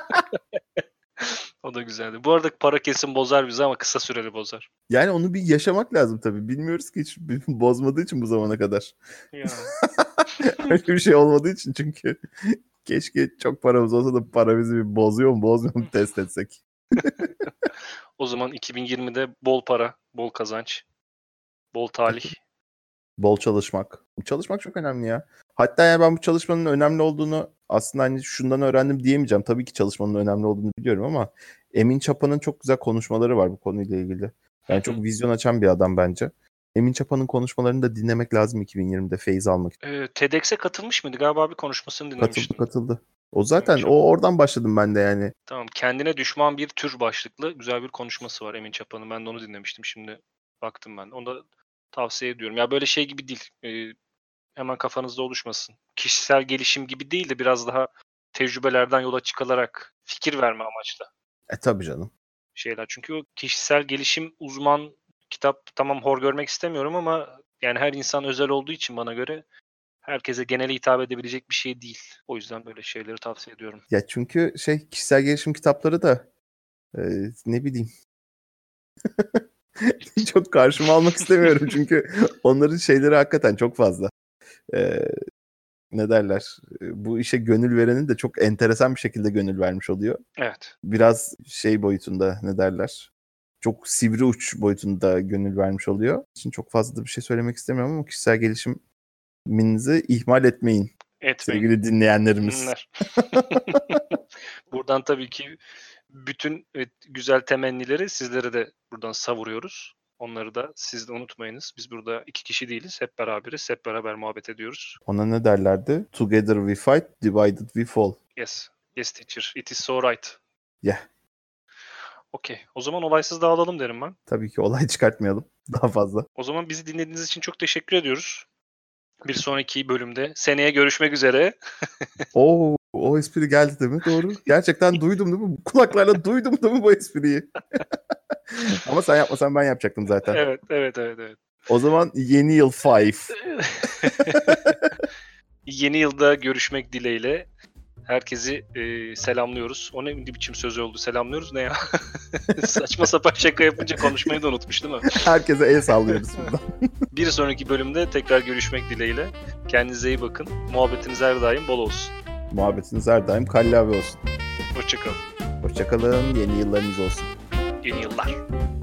O da güzeldi. Bu arada para kesin bozar bizi ama kısa süreli bozar. Yani onu bir yaşamak lazım tabii. Bilmiyoruz ki hiç bozmadığı için bu zamana kadar. Ya. Öyle bir şey olmadığı için çünkü keşke çok paramız olsa da para bizi bir bozuyor mu bozmuyor mu test etsek. O zaman iki bin yirmide bol para, bol kazanç, bol talih. Bol çalışmak. Çalışmak çok önemli ya. Hatta yani ben bu çalışmanın önemli olduğunu aslında hani şundan öğrendim diyemeyeceğim. Tabii ki çalışmanın önemli olduğunu biliyorum ama Emin Çapa'nın çok güzel konuşmaları var bu konuyla ilgili. Yani çok vizyon açan bir adam bence. Emin Çapa'nın konuşmalarını da dinlemek lazım iki bin yirmide feyiz almak için. Ee, TEDx'e katılmış mıydı? Galiba bir konuşmasını dinlemiştim. Katıldı katıldı. O zaten o oradan başladım ben de yani. Tamam. Kendine düşman bir tür başlıklı güzel bir konuşması var Emin Çapa'nın. Ben de onu dinlemiştim. Şimdi baktım ben. Onu da tavsiye ediyorum. Ya böyle şey gibi değil. Ee, hemen kafanızda oluşmasın. Kişisel gelişim gibi değil de biraz daha tecrübelerden yola çıkılarak fikir verme amaçlı E tabii canım. şeyler. Çünkü o kişisel gelişim uzman kitap, tamam hor görmek istemiyorum ama yani her insan özel olduğu için bana göre herkese genele hitap edebilecek bir şey değil. O yüzden böyle şeyleri tavsiye ediyorum. Ya çünkü şey kişisel gelişim kitapları da e, ne bileyim çok karşıma almak istemiyorum çünkü onların şeyleri hakikaten çok fazla. E, ne derler? E, bu işe gönül verenin de çok enteresan bir şekilde gönül vermiş oluyor. Evet. Biraz şey boyutunda ne derler? Çok sivri uç boyutunda gönül vermiş oluyor. Için çok fazla da bir şey söylemek istemiyorum ama kişisel gelişiminizi ihmal etmeyin. Etmeyin. Sevgili dinleyenlerimiz. Dinler. Buradan tabii ki bütün evet, güzel temennileri sizlere de buradan savuruyoruz. Onları da siz de unutmayınız. Biz burada iki kişi değiliz. Hep beraberiz. Hep beraber muhabbet ediyoruz. Ona ne derlerdi? Together we fight, divided we fall. Yes. Yes teacher. It is so right. Yeah. Okey. O zaman olaysız dağılalım derim ben. Tabii ki olay çıkartmayalım daha fazla. O zaman bizi dinlediğiniz için çok teşekkür ediyoruz. Bir sonraki bölümde seneye görüşmek üzere. Oo, o espri geldi değil mi? Doğru. Gerçekten duydum değil mi? Kulaklarla duydum değil mi bu espriyi? Ama sen yapmasan ben yapacaktım zaten. Evet, evet, evet, evet. O zaman yeni yıl five. Yeni yılda görüşmek dileğiyle herkesi e, selamlıyoruz. O ne biçim söz oldu? Selamlıyoruz ne ya? Saçma sapan şaka yapınca konuşmayı da unutmuş değil mi? Herkese el sallıyoruz buradan. Bir sonraki bölümde tekrar görüşmek dileğiyle. Kendinize iyi bakın. Muhabbetiniz her daim bol olsun. Muhabbetiniz her daim kallavi olsun. Hoşçakalın. Hoşçakalın. Yeni yıllarınız olsun. Yeni yıllar.